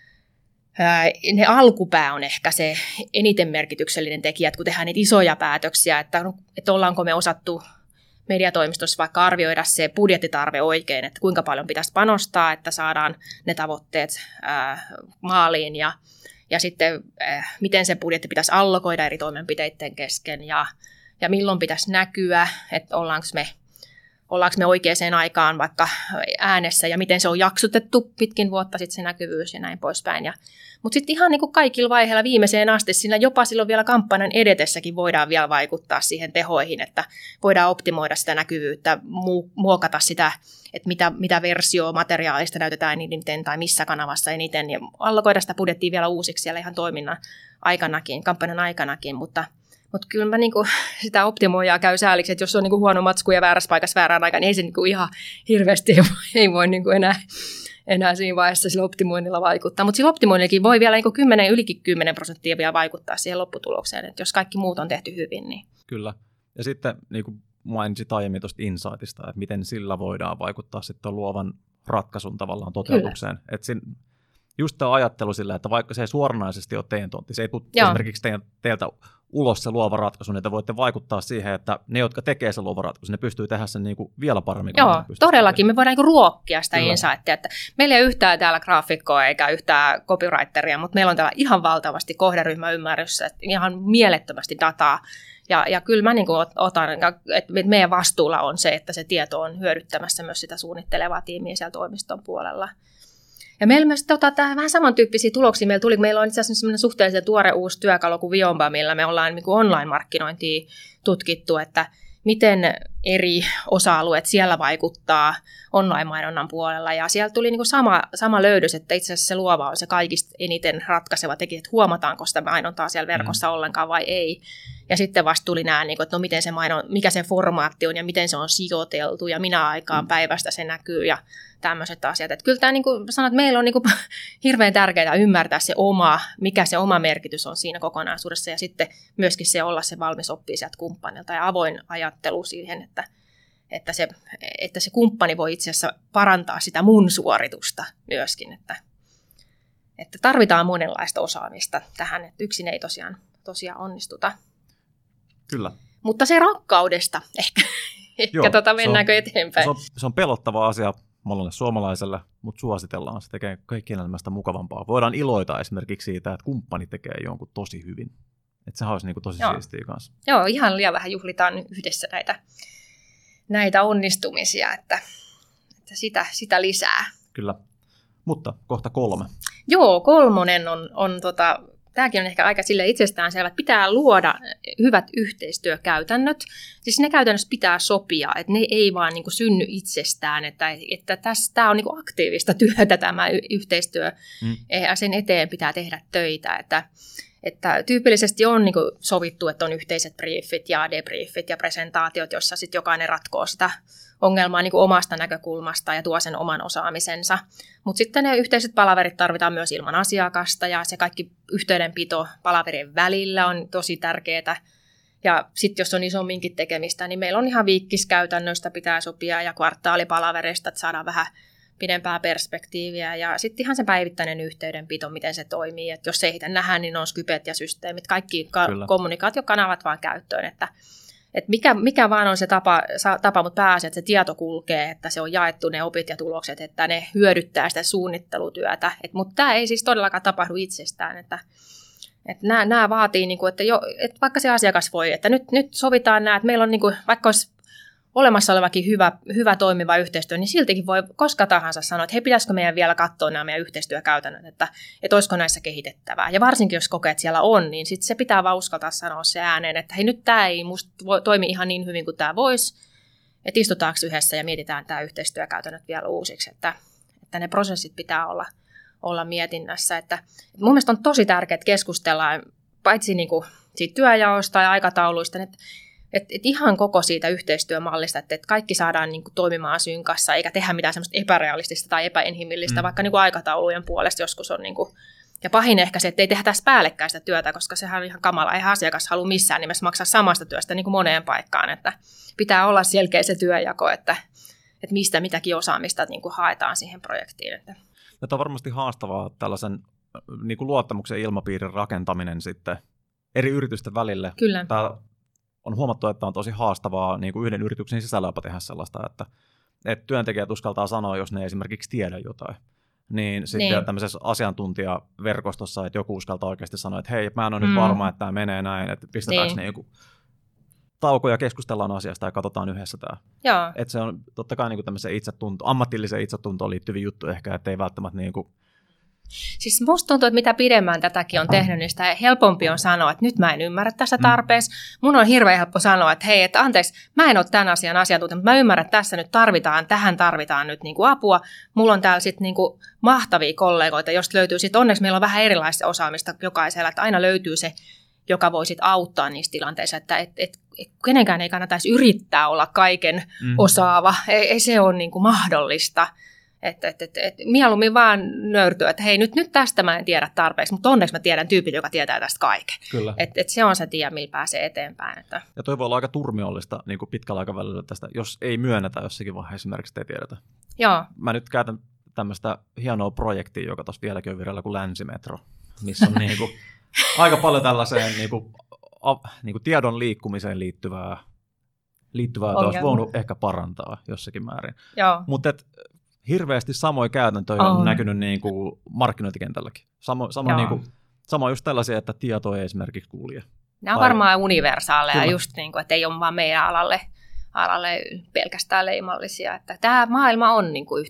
ne alkupää on ehkä se eniten merkityksellinen tekijä, että kun tehdään niitä isoja päätöksiä, että, että ollaanko me osattu mediatoimistossa vaikka arvioida se budjettitarve oikein, että kuinka paljon pitäisi panostaa, että saadaan ne tavoitteet ää, maaliin ja, ja sitten ää, miten se budjetti pitäisi allokoida eri toimenpiteiden kesken ja, ja milloin pitäisi näkyä, että ollaanko me Ollaanko me oikeaan aikaan vaikka äänessä ja miten se on jaksotettu pitkin vuotta sitten se näkyvyys ja näin poispäin. Ja, mutta sitten ihan niin kuin kaikilla vaiheilla viimeiseen asti, sillä jopa silloin vielä kampanjan edetessäkin voidaan vielä vaikuttaa siihen tehoihin, että voidaan optimoida sitä näkyvyyttä, muokata sitä, että mitä, mitä versio materiaalista näytetään eniten tai missä kanavassa eniten ja allokoida sitä budjettia vielä uusiksi siellä ihan toiminnan aikanakin, kampanjan aikanakin, mutta Mutta kyllä mä niinku sitä optimoijaa käy sääliksi, että jos on niinku huono matsku ja väärässä paikassa väärään aikaan, niin ei se niinku ihan hirveästi ei voi, ei voi niinku enää, enää siinä vaiheessa sillä optimoinnilla vaikuttaa. Mutta sillä optimoinnillakin voi vielä niinku kymmenen, ylikin kymmenen prosenttia vielä vaikuttaa siihen lopputulokseen, että jos kaikki muut on tehty hyvin. Niin. Kyllä. Ja sitten niin kuin mainitsit aiemmin tuosta insightista, että miten sillä voidaan vaikuttaa sitten luovan ratkaisun tavallaan toteutukseen. Että siinä, just tämä ajattelu sillä, että vaikka se ei suoranaisesti ole teidän tontti, se ei tule Joo. esimerkiksi teidän, teiltä ulos se luova ratkaisu, niin te voitte vaikuttaa siihen, että ne, jotka tekee sen luova ratkaisu, ne pystyy tehdä sen niin kuin vielä paremmin. Joo, todellakin. Me voidaan niin kuin ruokkia sitä insightia. Että meillä ei ole yhtään täällä graafikkoa eikä yhtään copywriteria, mutta meillä on täällä ihan valtavasti kohderyhmäymmärryssä, että ihan mielettömästi dataa. Ja, ja kyllä mä niin kuin otan, että meidän vastuulla on se, että se tieto on hyödyttämässä myös sitä suunnittelevaa tiimiä siellä toimiston puolella. Ja meillä myös tota, vähän samantyyppisiä tuloksia meillä tuli. Meillä on itse asiassa sellainen suhteellisen tuore uusi työkalu kuin Viomba, millä me ollaan niin kuin online-markkinointia tutkittu, että miten eri osa-alueet siellä vaikuttaa online-mainonnan puolella. Ja siellä tuli niin kuin sama, sama löydös, että itse asiassa se luova on se kaikista eniten ratkaiseva tekijä, että huomataanko sitä mainontaa siellä verkossa mm. ollenkaan vai ei. Ja sitten vasta tuli nämä, että no miten se mainon, mikä se formaatti on ja miten se on sijoiteltu ja minä aikaan mm. päivästä se näkyy ja tämmöiset asiat. Että kyllä tämä, niin kuin sanoit, meillä on niin kuin hirveän tärkeää ymmärtää se oma, mikä se oma merkitys on siinä kokonaisuudessa ja sitten myöskin se olla se valmis oppia sieltä kumppanilta ja avoin ajattelu siihen, että, että, se, että se kumppani voi itse asiassa parantaa sitä mun suoritusta myöskin. Että, että tarvitaan monenlaista osaamista tähän, että yksin ei tosiaan, tosiaan onnistuta. Kyllä. Mutta se rakkaudesta ehkä, ehkä Joo, tota mennäänkö se on, eteenpäin. Se on, se on pelottava asia monelle suomalaiselle, mutta suositellaan. Se tekee kaikkien elämästä mukavampaa. Voidaan iloita esimerkiksi siitä, että kumppani tekee jonkun tosi hyvin. Että sehän olisi niin kuin tosi Joo. siistiä kanssa. Joo, ihan liian vähän juhlitaan yhdessä näitä, näitä onnistumisia, että, että sitä, sitä lisää. Kyllä, mutta kohta kolme. Joo, kolmonen on, on tota... Tämäkin on ehkä aika sille itsestäänselvä, että pitää luoda hyvät yhteistyökäytännöt. Siis ne käytännössä pitää sopia, että ne ei vaan niin kuin synny itsestään, että, että tässä, tämä on niin kuin aktiivista työtä tämä yhteistyö, mm. ja sen eteen pitää tehdä töitä. Että, että tyypillisesti on niin kuin sovittu, että on yhteiset briefit ja debriefit ja presentaatiot, jossa sitten jokainen ratkoo sitä ongelmaa niin kuin omasta näkökulmasta ja tuo sen oman osaamisensa. Mutta sitten ne yhteiset palaverit tarvitaan myös ilman asiakasta ja se kaikki yhteydenpito palaverien välillä on tosi tärkeää. Ja sitten jos on isomminkin tekemistä, niin meillä on ihan viikkiskäytännöistä pitää sopia ja kvartaalipalavereista, että saadaan vähän pidempää perspektiiviä. Ja sitten ihan se päivittäinen yhteydenpito, miten se toimii. Et jos ei heitä nähdä, niin on skypet ja systeemit, kaikki ka- kommunikaatiokanavat vaan käyttöön, että että mikä, mikä vaan on se tapa, tapa mutta pääasia, että se tieto kulkee, että se on jaettu ne opit ja tulokset, että ne hyödyttää sitä suunnittelutyötä. Et, mutta tämä ei siis todellakaan tapahdu itsestään, että että nämä, nämä vaatii, niin kuin, että, jo, että vaikka se asiakas voi, että nyt, nyt sovitaan nämä, että meillä on niin kuin, vaikka olisi olemassa olevakin hyvä, hyvä toimiva yhteistyö, niin siltikin voi koska tahansa sanoa, että hei, pitäisikö meidän vielä katsoa nämä meidän yhteistyökäytännöt, että, että olisiko näissä kehitettävää. Ja varsinkin, jos kokee, että siellä on, niin sitten se pitää vaan uskaltaa sanoa se ääneen, että hei, nyt tämä ei musta toimi ihan niin hyvin kuin tämä voisi, että istutaanko yhdessä ja mietitään tämä yhteistyökäytännöt vielä uusiksi, että, että ne prosessit pitää olla, olla mietinnässä. Että, että mun mielestä on tosi tärkeää, että keskustellaan paitsi niin kuin siitä työjaosta ja aikatauluista, että Että et ihan koko siitä yhteistyömallista, että et kaikki saadaan niinku toimimaan synkassa, eikä tehdä mitään semmoista epärealistista tai epäinhimillistä, mm. vaikka niinku aikataulujen puolesta joskus on. Niinku, ja pahin ehkä se, että ei tehdä tässä päällekkäistä työtä, koska sehän on ihan kamala. Eihän asiakas halua missään nimessä maksaa samasta työstä niinku moneen paikkaan. Että pitää olla selkeä se työjako, että, että mistä mitäkin osaamista niinku haetaan siihen projektiin. Että. Tämä on varmasti haastavaa tällaisen niinku luottamuksen ilmapiirin rakentaminen sitten eri yritysten välille. Kyllä. Tämä on huomattu, että on tosi haastavaa niin kuin yhden yrityksen sisällä jopa tehdä sellaista, että, että työntekijät uskaltaa sanoa, jos ne esimerkiksi tiedä jotain. Niin sitten niin. tämmöisessä asiantuntijaverkostossa, että joku uskaltaa oikeasti sanoa, että hei, mä en ole mm. nyt varma, että tämä menee näin, että pistetäänkö niin. ne joku tauko ja keskustellaan asiasta ja katsotaan yhdessä tämä. Joo. Että se on totta kai niin kuin tämmöiseen itsetunto, ammatilliseen itsetuntoon liittyviä juttu ehkä, että ei välttämättä niin kuin Siis musta tuntuu, että mitä pidemmän tätäkin on tehnyt, niin sitä helpompi on sanoa, että nyt mä en ymmärrä tässä tarpeessa. Mun on hirveän helppo sanoa, että hei, että anteeksi, mä en ole tämän asian asiantuntija, mutta mä ymmärrän, että tässä nyt tarvitaan, tähän tarvitaan nyt niinku apua. Mulla on täällä sitten niinku mahtavia kollegoita, josta löytyy sitten, onneksi meillä on vähän erilaista osaamista jokaisella, että aina löytyy se, joka voi sitten auttaa niissä tilanteissa, että et, et, et kenenkään ei kannattaisi yrittää olla kaiken mm. osaava, ei, ei se ole niinku mahdollista. Että et, et, et, mieluummin vaan nöyrtyä, että hei, nyt, nyt tästä mä en tiedä tarpeeksi, mutta onneksi mä tiedän tyypit, joka tietää tästä kaiken. Että et se on se tie, millä pääsee eteenpäin. Että. Ja toi voi olla aika turmiollista niin kuin pitkällä aikavälillä tästä, jos ei myönnetä jossakin vaiheessa esimerkiksi, että ei tiedetä. Joo. Mä nyt käytän tämmöistä hienoa projektia, joka tuossa vieläkin on vireillä kuin Länsimetro, missä on niin kuin, aika paljon tällaiseen niin kuin, a, niin kuin tiedon liikkumiseen liittyvää, liittyvää että olisi voinut ehkä parantaa jossakin määrin. Mutta hirveästi samoja käytäntöjä on, on näkynyt niin kuin markkinointikentälläkin. Samo, samo, niin kuin, samo just tällaisia, että tieto ei esimerkiksi kulje. Nämä on tai varmaan universaaleja, kyllä. Just niin kuin, että ei ole vaan meidän alalle, alalle pelkästään leimallisia. Että tämä maailma on niin kuin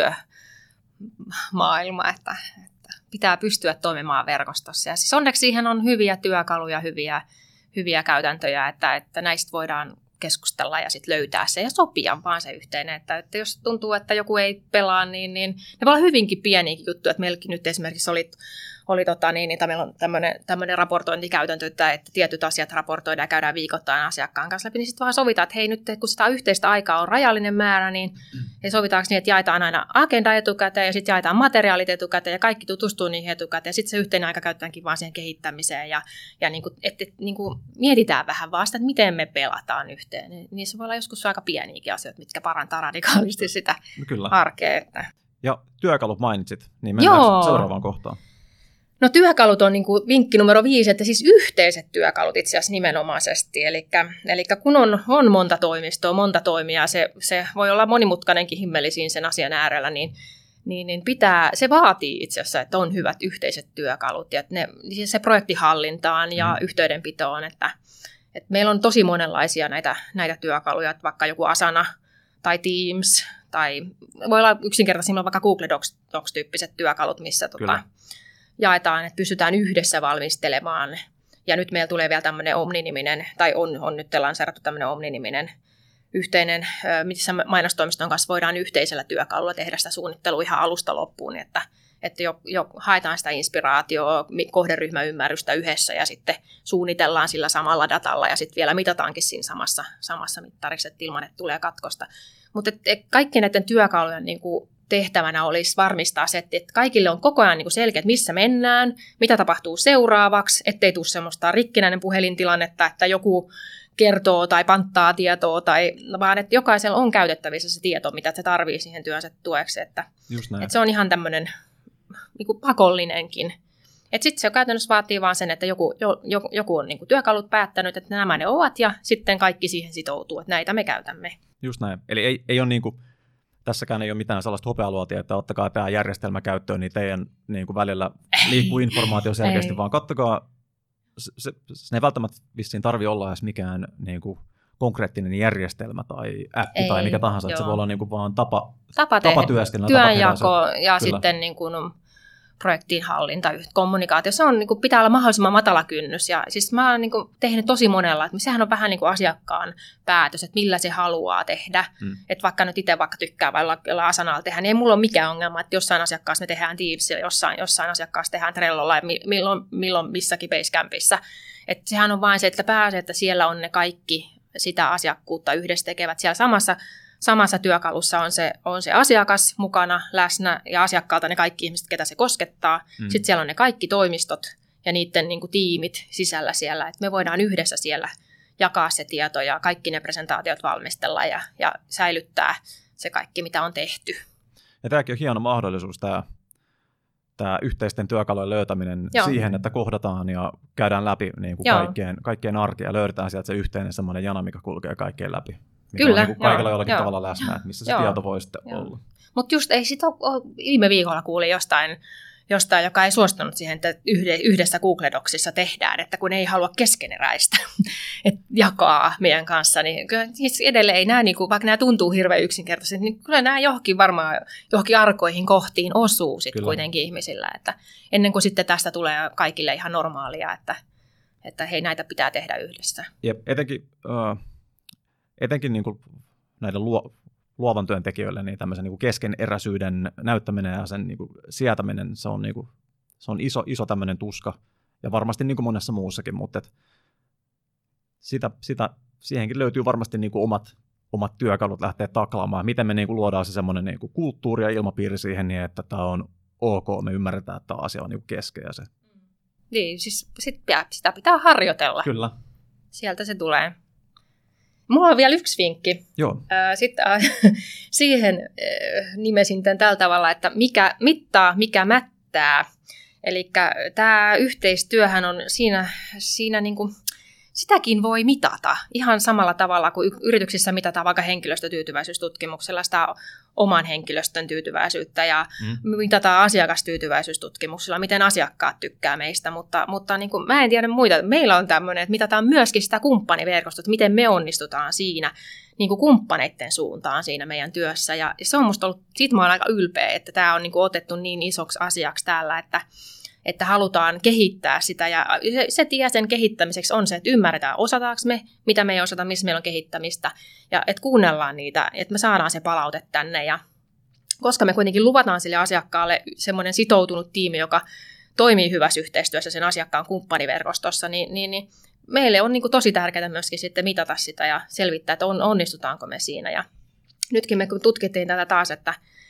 yhteistyömaailma, että, että pitää pystyä toimimaan verkostossa. Ja siis onneksi siihen on hyviä työkaluja, hyviä, hyviä käytäntöjä, että, että näistä voidaan keskustella ja sitten löytää se ja sopia vaan se yhteinen. Että, että jos tuntuu, että joku ei pelaa, niin, niin ne voi olla hyvinkin pieniäkin juttuja. Että meilläkin nyt esimerkiksi oli, oli tota, niin, niin, meillä on tämmöinen raportointikäytäntö, että, että tietyt asiat raportoidaan ja käydään viikoittain asiakkaan kanssa läpi, niin sitten vaan sovitaan, että hei nyt kun sitä yhteistä aikaa on rajallinen määrä, niin mm. sovitaanko niin, että jaetaan aina agenda etukäteen ja sitten jaetaan materiaalit etukäteen ja kaikki tutustuu niihin etukäteen ja sitten se yhteinen aika käytetäänkin vaan siihen kehittämiseen ja, ja niin kuin, että, niin kuin mietitään vähän vaan sitä, että miten me pelataan yhteen. Niin se voi olla joskus aika pieniäkin asioita, mitkä parantaa radikaalisti sitä Kyllä. arkea. Että. Ja työkalut mainitsit, niin mennään Joo. seuraavaan kohtaan. No työkalut on niin kuin vinkki numero viisi, että siis yhteiset työkalut itse asiassa nimenomaisesti. Eli, eli kun on, on monta toimistoa, monta toimijaa, se, se voi olla monimutkainenkin himmeli siinä sen asian äärellä, niin, niin, niin pitää, se vaatii itse asiassa, että on hyvät yhteiset työkalut. Ja ne, se projektihallintaan ja mm. yhteydenpitoon, että, että meillä on tosi monenlaisia näitä, näitä työkaluja, että vaikka joku Asana tai Teams, tai voi olla yksinkertaisesti vaikka Google Docs, Docs-tyyppiset työkalut, missä tota, jaetaan, että pystytään yhdessä valmistelemaan. Ja nyt meillä tulee vielä tämmöinen Omni-niminen, tai on, on nyt lanseerattu tämmöinen Omni-niminen yhteinen, missä mainostoimiston kanssa voidaan yhteisellä työkalulla tehdä sitä suunnittelua ihan alusta loppuun, että, että jo, jo haetaan sitä inspiraatioa, kohderyhmäymmärrystä yhdessä ja sitten suunnitellaan sillä samalla datalla ja sitten vielä mitataankin siinä samassa, samassa mittarissa, että ilman, että tulee katkosta. Mutta kaikki näiden työkalujen niin kuin tehtävänä olisi varmistaa se, että kaikille on koko ajan selkeä, että missä mennään, mitä tapahtuu seuraavaksi, ettei tule semmoista rikkinäinen puhelintilannetta, että joku kertoo tai panttaa tietoa, tai, vaan että jokaisella on käytettävissä se tieto, mitä se tarvitsee siihen työnsä tueksi. Että, että se on ihan tämmöinen niin kuin pakollinenkin Sitten se käytännössä vaatii vaan sen, että joku, jo, joku on niin kuin työkalut päättänyt, että nämä ne ovat, ja sitten kaikki siihen sitoutuu, että näitä me käytämme. Just näin. Eli ei, ei ole niin kuin, tässäkään ei ole mitään sellaista hopealuotia, että ottakaa tämä järjestelmä käyttöön, niin teidän niin kuin välillä liikkuu informaatio selkeästi, ei. Vaan kattokaa, se, se, se ei välttämättä vissiin tarvitse olla edes mikään niin kuin konkreettinen järjestelmä tai appi ei, tai mikä tahansa, joo. Että se voi olla niin kuin vaan tapa, tapa, tapa työskennellä. Työnjako ja Kyllä. sitten niin kuin projektinhallinta, kommunikaatio, se on, niin kuin, pitää olla mahdollisimman matala kynnys. Ja siis mä oon niin kuin, tehnyt tosi monella, että sehän on vähän niin kuin asiakkaan päätös, että millä se haluaa tehdä. Hmm. Että vaikka nyt itse vaikka tykkää vaikka Asanalla tehdä, niin ei mulla ole mikään ongelma, että jossain asiakkaassa me tehdään Teamsilla, jossain, jossain asiakkaassa tehdään Trellolla ja milloin, milloin missäkin Basecampissa. Että sehän on vain se, että pääsee, että siellä on ne kaikki sitä asiakkuutta yhdessä tekevät. Siellä samassa, samassa työkalussa on se, on se asiakas mukana läsnä ja asiakkaalta ne kaikki ihmiset, ketä se koskettaa. Mm. Sitten siellä on ne kaikki toimistot ja niiden niin kuin, tiimit sisällä siellä. Et me voidaan yhdessä siellä jakaa se tieto ja kaikki ne presentaatiot valmistella ja, ja säilyttää se kaikki, mitä on tehty. Ja tämäkin on hieno mahdollisuus, tämä, tämä yhteisten työkalujen löytäminen Joo. siihen, että kohdataan ja käydään läpi niin kuin kaikkien, kaikkien arkia ja löydetään sieltä se yhteinen semmoinen jana, mikä kulkee kaikkien läpi. Mikä Kyllä, on niin kuin kaikilla jollakin joo. tavalla läsnä, että missä se joo. tieto voi sitten joo. olla. Mutta just ei sitä ole, viime viikolla kuulin jostain, jostain, joka ei suostunut siihen, että yhdessä Google Docsissa tehdään, että kun ei halua keskeneräistä että jakaa meidän kanssa, niin siis edelleen ei nämä, niin kuin, vaikka nämä tuntuu hirveän yksinkertaisesti, niin kyllä nämä johonkin varmaan johonkin arkoihin kohtiin osuu sitten kuitenkin ihmisillä, että ennen kuin sitten tästä tulee kaikille ihan normaalia, että, että hei, näitä pitää tehdä yhdessä. Jep, etenkin, uh, etenkin niin kuin näiden luo, luovan työntekijöille niin tämmöisen niin kuin keskeneräisyyden näyttäminen ja sen niin kuin sietäminen, se on, niin kuin, se on iso, iso tämmöinen tuska, ja varmasti niin kuin monessa muussakin, mutta et sitä, sitä, siihenkin löytyy varmasti niin kuin omat, omat työkalut lähteä taklaamaan, miten me niin kuin luodaan se semmoinen niin kuin kulttuuri ja ilmapiiri siihen, niin että tämä on ok, me ymmärretään, että tämä asia on niin kuin kesken ja se. Niin, siis sit, sitä pitää harjoitella. Kyllä. Sieltä se tulee. Mulla on vielä yksi vinkki. Joo. Sitten äh, siihen äh, nimesin tämän tällä tavalla, että mikä mittaa, mikä mättää. Eli tämä yhteistyöhän on siinä, siinä niin kuin, sitäkin voi mitata ihan samalla tavalla kuin yrityksissä mitataan vaikka henkilöstötyytyväisyystutkimuksella sitä oman henkilöstön tyytyväisyyttä ja mm. mitataan asiakastyytyväisyystutkimuksella, miten asiakkaat tykkää meistä, mutta, mutta niin kuin, mä en tiedä muita. Meillä on tämmöinen, että mitataan myöskin sitä kumppaniverkostoa, että miten me onnistutaan siinä niin kuin kumppaneiden suuntaan siinä meidän työssä ja se on musta ollut, siitä mä oon aika ylpeä, että tämä on niin kuin otettu niin isoksi asiaksi täällä, että että halutaan kehittää sitä, ja se, se tie sen kehittämiseksi on se, että ymmärretään, osataanko me, mitä me ei osata, missä meillä on kehittämistä, ja että kuunnellaan niitä, että me saadaan se palaute tänne, ja koska me kuitenkin luvataan sille asiakkaalle semmoinen sitoutunut tiimi, joka toimii hyvässä yhteistyössä sen asiakkaan kumppaniverkostossa, niin, niin, niin meille on niin kuin tosi tärkeää myöskin sitten mitata sitä ja selvittää, että on, onnistutaanko me siinä, ja nytkin me kun tutkittiin tätä taas, että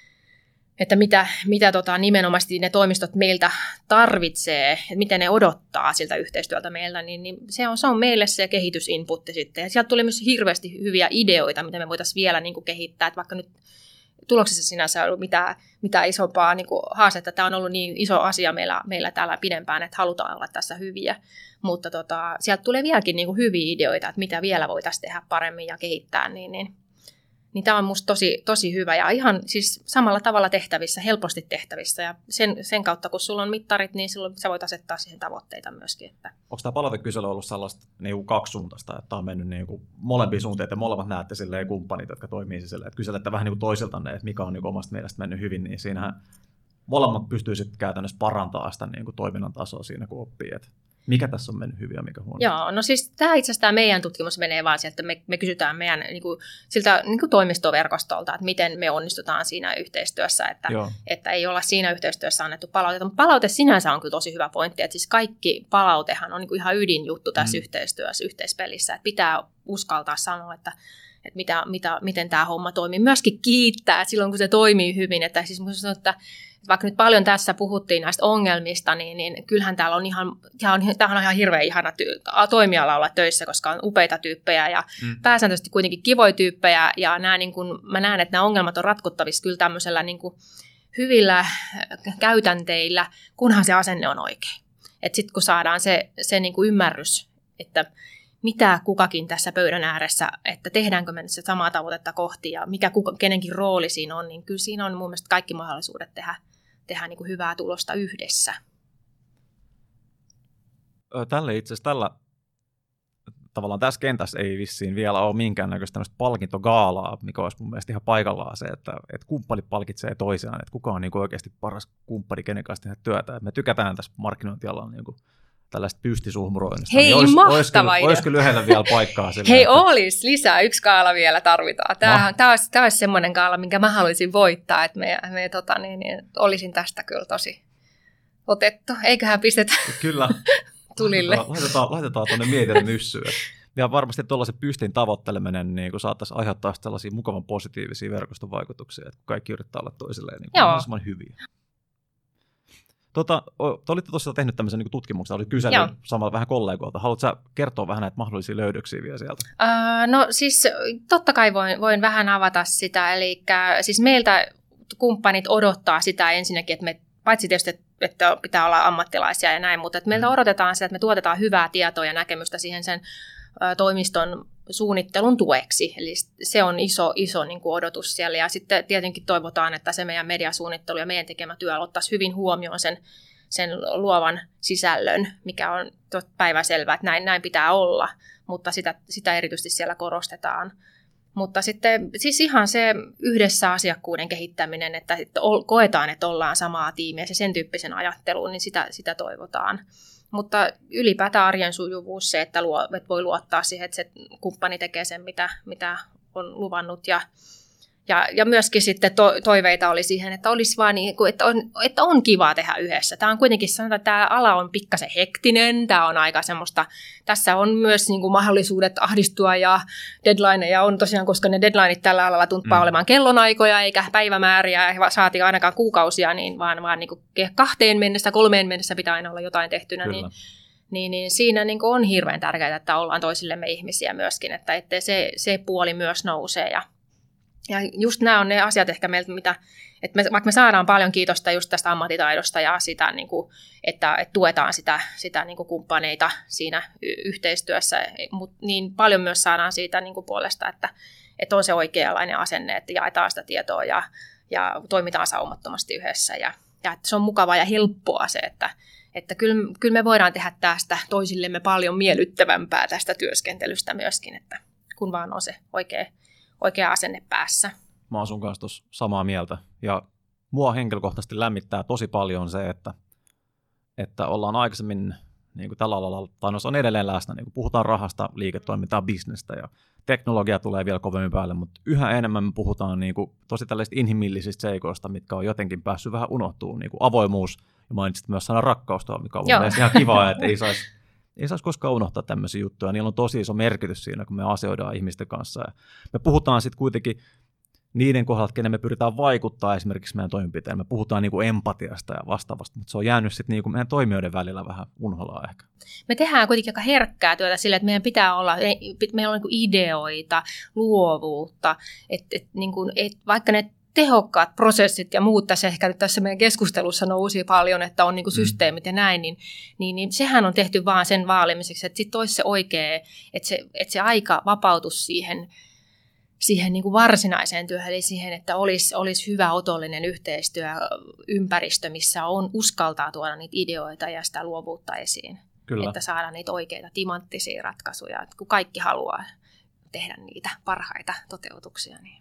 että mitä, mitä tota, nimenomaisesti ne toimistot meiltä tarvitsee, että miten ne odottaa siltä yhteistyöltä meiltä, niin, niin se, on, se on meille se kehitysinputti sitten. Ja sieltä tuli myös hirveästi hyviä ideoita, mitä me voitaisiin vielä niin kuin kehittää, että vaikka nyt tuloksessa sinänsä ei ollut mitään, mitään isompaa niin kuin haastetta. Tämä on ollut niin iso asia meillä, meillä täällä pidempään, että halutaan olla tässä hyviä, mutta tota, sieltä tulee vieläkin niin kuin hyviä ideoita, että mitä vielä voitaisiin tehdä paremmin ja kehittää, niin, niin Niin tämä on musta tosi, tosi hyvä ja ihan siis samalla tavalla tehtävissä, helposti tehtävissä. Ja sen, sen kautta, kun sulla on mittarit, niin silloin sä voit asettaa siihen tavoitteita myöskin. Että onko tämä palautekysely ollut sellaista niin kaksisuuntaista, että on mennyt niin kuin molempiin suuntiin, että molemmat näette silleen kumppanit, jotka toimii silleen, että kyselette vähän niin kuin toisiltanne, että mikä on niin kuin omasta mielestä mennyt hyvin, niin siinähän molemmat pystyy sitten käytännössä parantamaan sitä niin kuin toiminnan tasoa siinä, kun oppii, että mikä tässä on mennyt hyvin ja mikä huono? Joo, no siis tämä itse asiassa tämä meidän tutkimus menee vaan sieltä, että me, me kysytään meidän niin kuin, siltä niin kuin toimistoverkostolta, että miten me onnistutaan siinä yhteistyössä, että, että ei olla siinä yhteistyössä annettu palautetta. Mutta palaute sinänsä on kyllä tosi hyvä pointti, että siis kaikki palautehan on niin kuin ihan ydinjuttu tässä mm. yhteistyössä, yhteispelissä, että pitää uskaltaa sanoa, että että mitä, mitä, miten tämä homma toimii. Myöskin kiittää silloin, kun se toimii hyvin. Että siis musta sanon, että vaikka nyt paljon tässä puhuttiin näistä ongelmista, niin, niin kyllähän täällä on ihan, tämähän on ihan hirveän ihana ty- toimiala olla töissä, koska on upeita tyyppejä ja mm. pääsääntöisesti kuitenkin kivoja tyyppejä. Ja nämä, niin kun, mä näen, että nämä ongelmat on ratkottavissa kyllä tämmöisellä niin kun hyvillä käytänteillä, kunhan se asenne on oikein. Että sitten kun saadaan se, se niin kuin ymmärrys, että mitä kukakin tässä pöydän ääressä, että tehdäänkö me se samaa tavoitetta kohti ja mikä kuka, kenenkin rooli siinä on, niin kyllä siinä on mun mielestä kaikki mahdollisuudet tehdä, tehdä niin kuin hyvää tulosta yhdessä. Tälle itse asiassa tällä tavallaan tässä kentässä ei vissiin vielä ole minkäännäköistä tämmöistä palkintogaalaa, mikä olisi mun mielestä ihan paikallaan se, että, että kumppanit palkitsee toisiaan, että kuka on niin kuin oikeasti paras kumppani, kenen kanssa tehdä työtä. Et me tykätään tässä markkinointialalla niin kuin tällaista pystisuhmuroinnista. Hei, niin olisi, mahtava olisi, idea. olisi kyllä yhdellä vielä paikkaa sille. Hei, että... olisi lisää. Yksi kaala vielä tarvitaan. Tämä, No. tämä, olisi, tämä olisi semmoinen kaala, minkä mä haluaisin voittaa, että me, me tota, niin, niin, olisin tästä kyllä tosi otettu. Eiköhän pistetä Kyllä. tulille. Laitetaan, laitetaan tuonne mietille myssyyn. Ja varmasti tuollaisen pystin tavoitteleminen niin kuin saattaisi aiheuttaa sellaisia mukavan positiivisia verkostovaikutuksia, että kaikki yrittää olla toisilleen niin mahdollisimman hyviä. Tota, te olitte tosiaan tehnyt tämmöisen niin tutkimuksen, oli kysely samalla vähän kollegoilta. Haluatko sä kertoa vähän näitä mahdollisia löydöksiä vielä sieltä? Uh, no siis totta kai voin, voin vähän avata sitä. Eli siis meiltä kumppanit odottaa sitä ensinnäkin, että me paitsi tietysti, että pitää olla ammattilaisia ja näin, mutta että meiltä odotetaan sitä, että me tuotetaan hyvää tietoa ja näkemystä siihen sen toimiston suunnittelun tueksi. Eli se on iso, iso niin kuin odotus siellä. Ja sitten tietenkin toivotaan, että se meidän mediasuunnittelu ja meidän tekemä työ ottaisi hyvin huomioon sen, sen luovan sisällön, mikä on päivänselvää, että näin, näin pitää olla, mutta sitä, sitä erityisesti siellä korostetaan. Mutta sitten siis ihan se yhdessä asiakkuuden kehittäminen, että koetaan, että ollaan samaa tiimiä ja sen tyyppisen ajattelun, niin sitä, sitä toivotaan. Mutta ylipäätään arjen sujuvuus, se, että, luo, että voi luottaa siihen, että se kumppani tekee sen, mitä, mitä on luvannut. Ja, ja, ja myöskin sitten to, toiveita oli siihen, että olisi vaan niin kuin, että on, että on kiva tehdä yhdessä. Tämä on kuitenkin sanotaan, että tämä ala on pikkasen hektinen, tämä on aika semmoista, tässä on myös niin kuin mahdollisuudet ahdistua ja deadlineja on tosiaan, koska ne deadlineit tällä alalla tunttaa mm. olemaan kellonaikoja eikä päivämääriä, saatiin ainakaan kuukausia, niin vaan, vaan niin kuin kahteen mennessä, kolmeen mennessä pitää aina olla jotain tehtynä, niin, niin, niin siinä niin kuin on hirveän tärkeää, että ollaan toisillemme ihmisiä myöskin, että, että se, se puoli myös nousee ja Ja just nämä on ne asiat ehkä meiltä, mitä, että me, vaikka me saadaan paljon kiitosta just tästä ammattitaidosta ja sitä, niin kuin, että, että tuetaan sitä, sitä niin kuin kumppaneita siinä y- yhteistyössä, mutta niin paljon myös saadaan siitä niin kuin puolesta, että, että on se oikeanlainen asenne, että jaetaan sitä tietoa ja, ja toimitaan saumattomasti yhdessä ja, ja että se on mukavaa ja helppoa se, että, että kyllä, kyllä me voidaan tehdä tästä toisillemme paljon miellyttävämpää tästä työskentelystä myöskin, että kun vaan on se oikea oikea asenne päässä. Mä oon sun kanssa tuossa samaa mieltä. Ja mua henkilökohtaisesti lämmittää tosi paljon se, että, että ollaan aikaisemmin niin kuin tällä alalla, tai no se on edelleen läsnä, niin kuin puhutaan rahasta, liiketoimintaa, bisnestä ja teknologia tulee vielä kovemmin päälle, mutta yhä enemmän me puhutaan niin kuin tosi tällaisista inhimillisistä seikoista, mitkä on jotenkin päässyt vähän unohtumaan, niin kuin avoimuus, ja mainitsit myös sana rakkaus, mikä on mun mielestä ihan kivaa, että ei saisi Ei saisi koskaan unohtaa tämmöisiä juttuja. Niillä on tosi iso merkitys siinä, kun me asioidaan ihmisten kanssa. Ja me puhutaan sitten kuitenkin niiden kohdalta, kenen me pyritään vaikuttaa esimerkiksi meidän toimenpiteen. Me puhutaan niinku empatiasta ja vastaavasta, mutta se on jäänyt sitten niinku meidän toimijoiden välillä vähän unholaan ehkä. Me tehdään kuitenkin aika herkkää työtä sille, että meidän pitää olla, meillä on niinku ideoita, luovuutta, että et, niinku, et, vaikka ne tehokkaat prosessit ja muut tässä ehkä nyt tässä meidän keskustelussa nousi paljon, että on niinku systeemit ja näin, niin, niin, niin sehän on tehty vaan sen vaalimiseksi, että sitten olisi se oikea, että se, että se aika vapautus siihen, siihen niinku varsinaiseen työhön, eli siihen, että olisi, olisi hyvä otollinen yhteistyöympäristö, missä on uskaltaa tuoda niitä ideoita ja sitä luovuutta esiin. Kyllä. Että saadaan niitä oikeita timanttisia ratkaisuja, että kun kaikki haluaa tehdä niitä parhaita toteutuksia, niin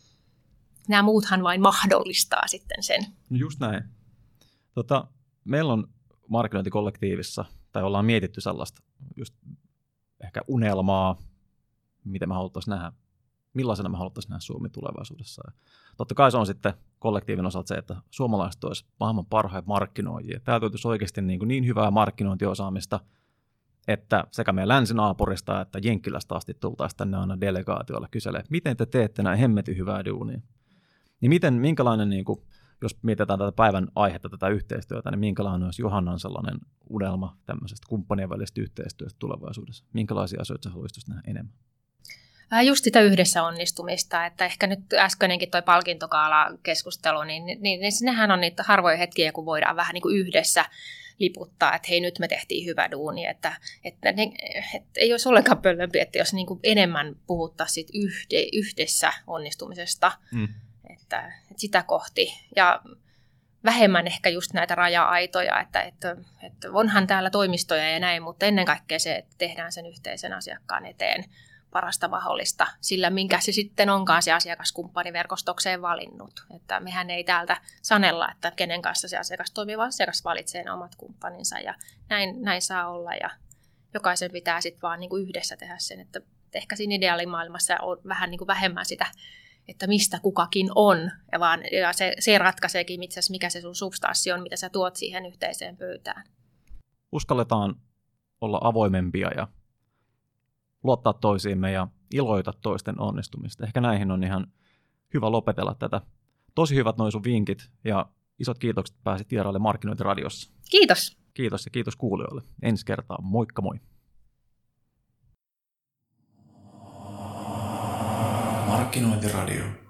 nämä muuthan vain mahdollistaa sitten sen. Just näin. Tota, meillä on markkinointikollektiivissa, tai ollaan mietitty sellaista just ehkä unelmaa, mitä me haluttaisiin nähdä, millaisena me haluttaisiin nähdä Suomi tulevaisuudessa. Ja totta kai se on sitten kollektiivin osalta se, että suomalaiset olisivat maailman parhaita markkinoijia. Täältä olisi oikeasti niin, kuin niin hyvää markkinointiosaamista, että sekä meidän länsinaapurista että Jenkkilästä asti tultaisiin tänne aina delegaatiolla kyselemään, miten te teette näin hemmetin hyvää duunia. Niin miten, minkälainen, niin kuin, jos mietitään tätä päivän aihetta, tätä yhteistyötä, niin minkälainen olisi Johannan sellainen unelma tämmöisestä kumppanien välisestä yhteistyöstä tulevaisuudessa? Minkälaisia asioita sä haluaisit nähdä enemmän? Just sitä yhdessä onnistumista, että ehkä nyt äskeinenkin toi palkintokaala-keskustelu, niin, niin, niin nehän on niitä harvoja hetkiä, kun voidaan vähän niin kuin yhdessä liputtaa, että hei, nyt me tehtiin hyvä duuni, että, että, ne, että ei olisi ollenkaan pöllömpi, että jos niin kuin enemmän puhuttaisiin yhde, yhdessä onnistumisesta, mm. että, että sitä kohti. Ja vähemmän ehkä just näitä raja-aitoja, että, että, että onhan täällä toimistoja ja näin, mutta ennen kaikkea se, että tehdään sen yhteisen asiakkaan eteen parasta mahdollista, sillä minkä se sitten onkaan se asiakaskumppani verkostokseen valinnut. Että mehän ei täältä sanella, että kenen kanssa se asiakas toimii, vaan asiakas valitsee ne omat kumppaninsa ja näin, näin saa olla ja jokaisen pitää sitten vaan niin kuin yhdessä tehdä sen, että ehkä siinä ideaalimaailmassa on vähän niin kuin vähemmän sitä, että mistä kukakin on, ja, vaan, ja se, se ratkaiseekin, mikä se sun substanssi on, mitä sä tuot siihen yhteiseen pöytään. Uskalletaan olla avoimempia ja luottaa toisiimme ja iloita toisten onnistumista. Ehkä näihin on ihan hyvä lopetella tätä. Tosi hyvät noi sun vinkit ja isot kiitokset, että pääsit vieraille Markkinointiradiossa. Kiitos. Kiitos ja kiitos kuulijoille. Ensi kertaa. Moikka moi. Markkinointiradio.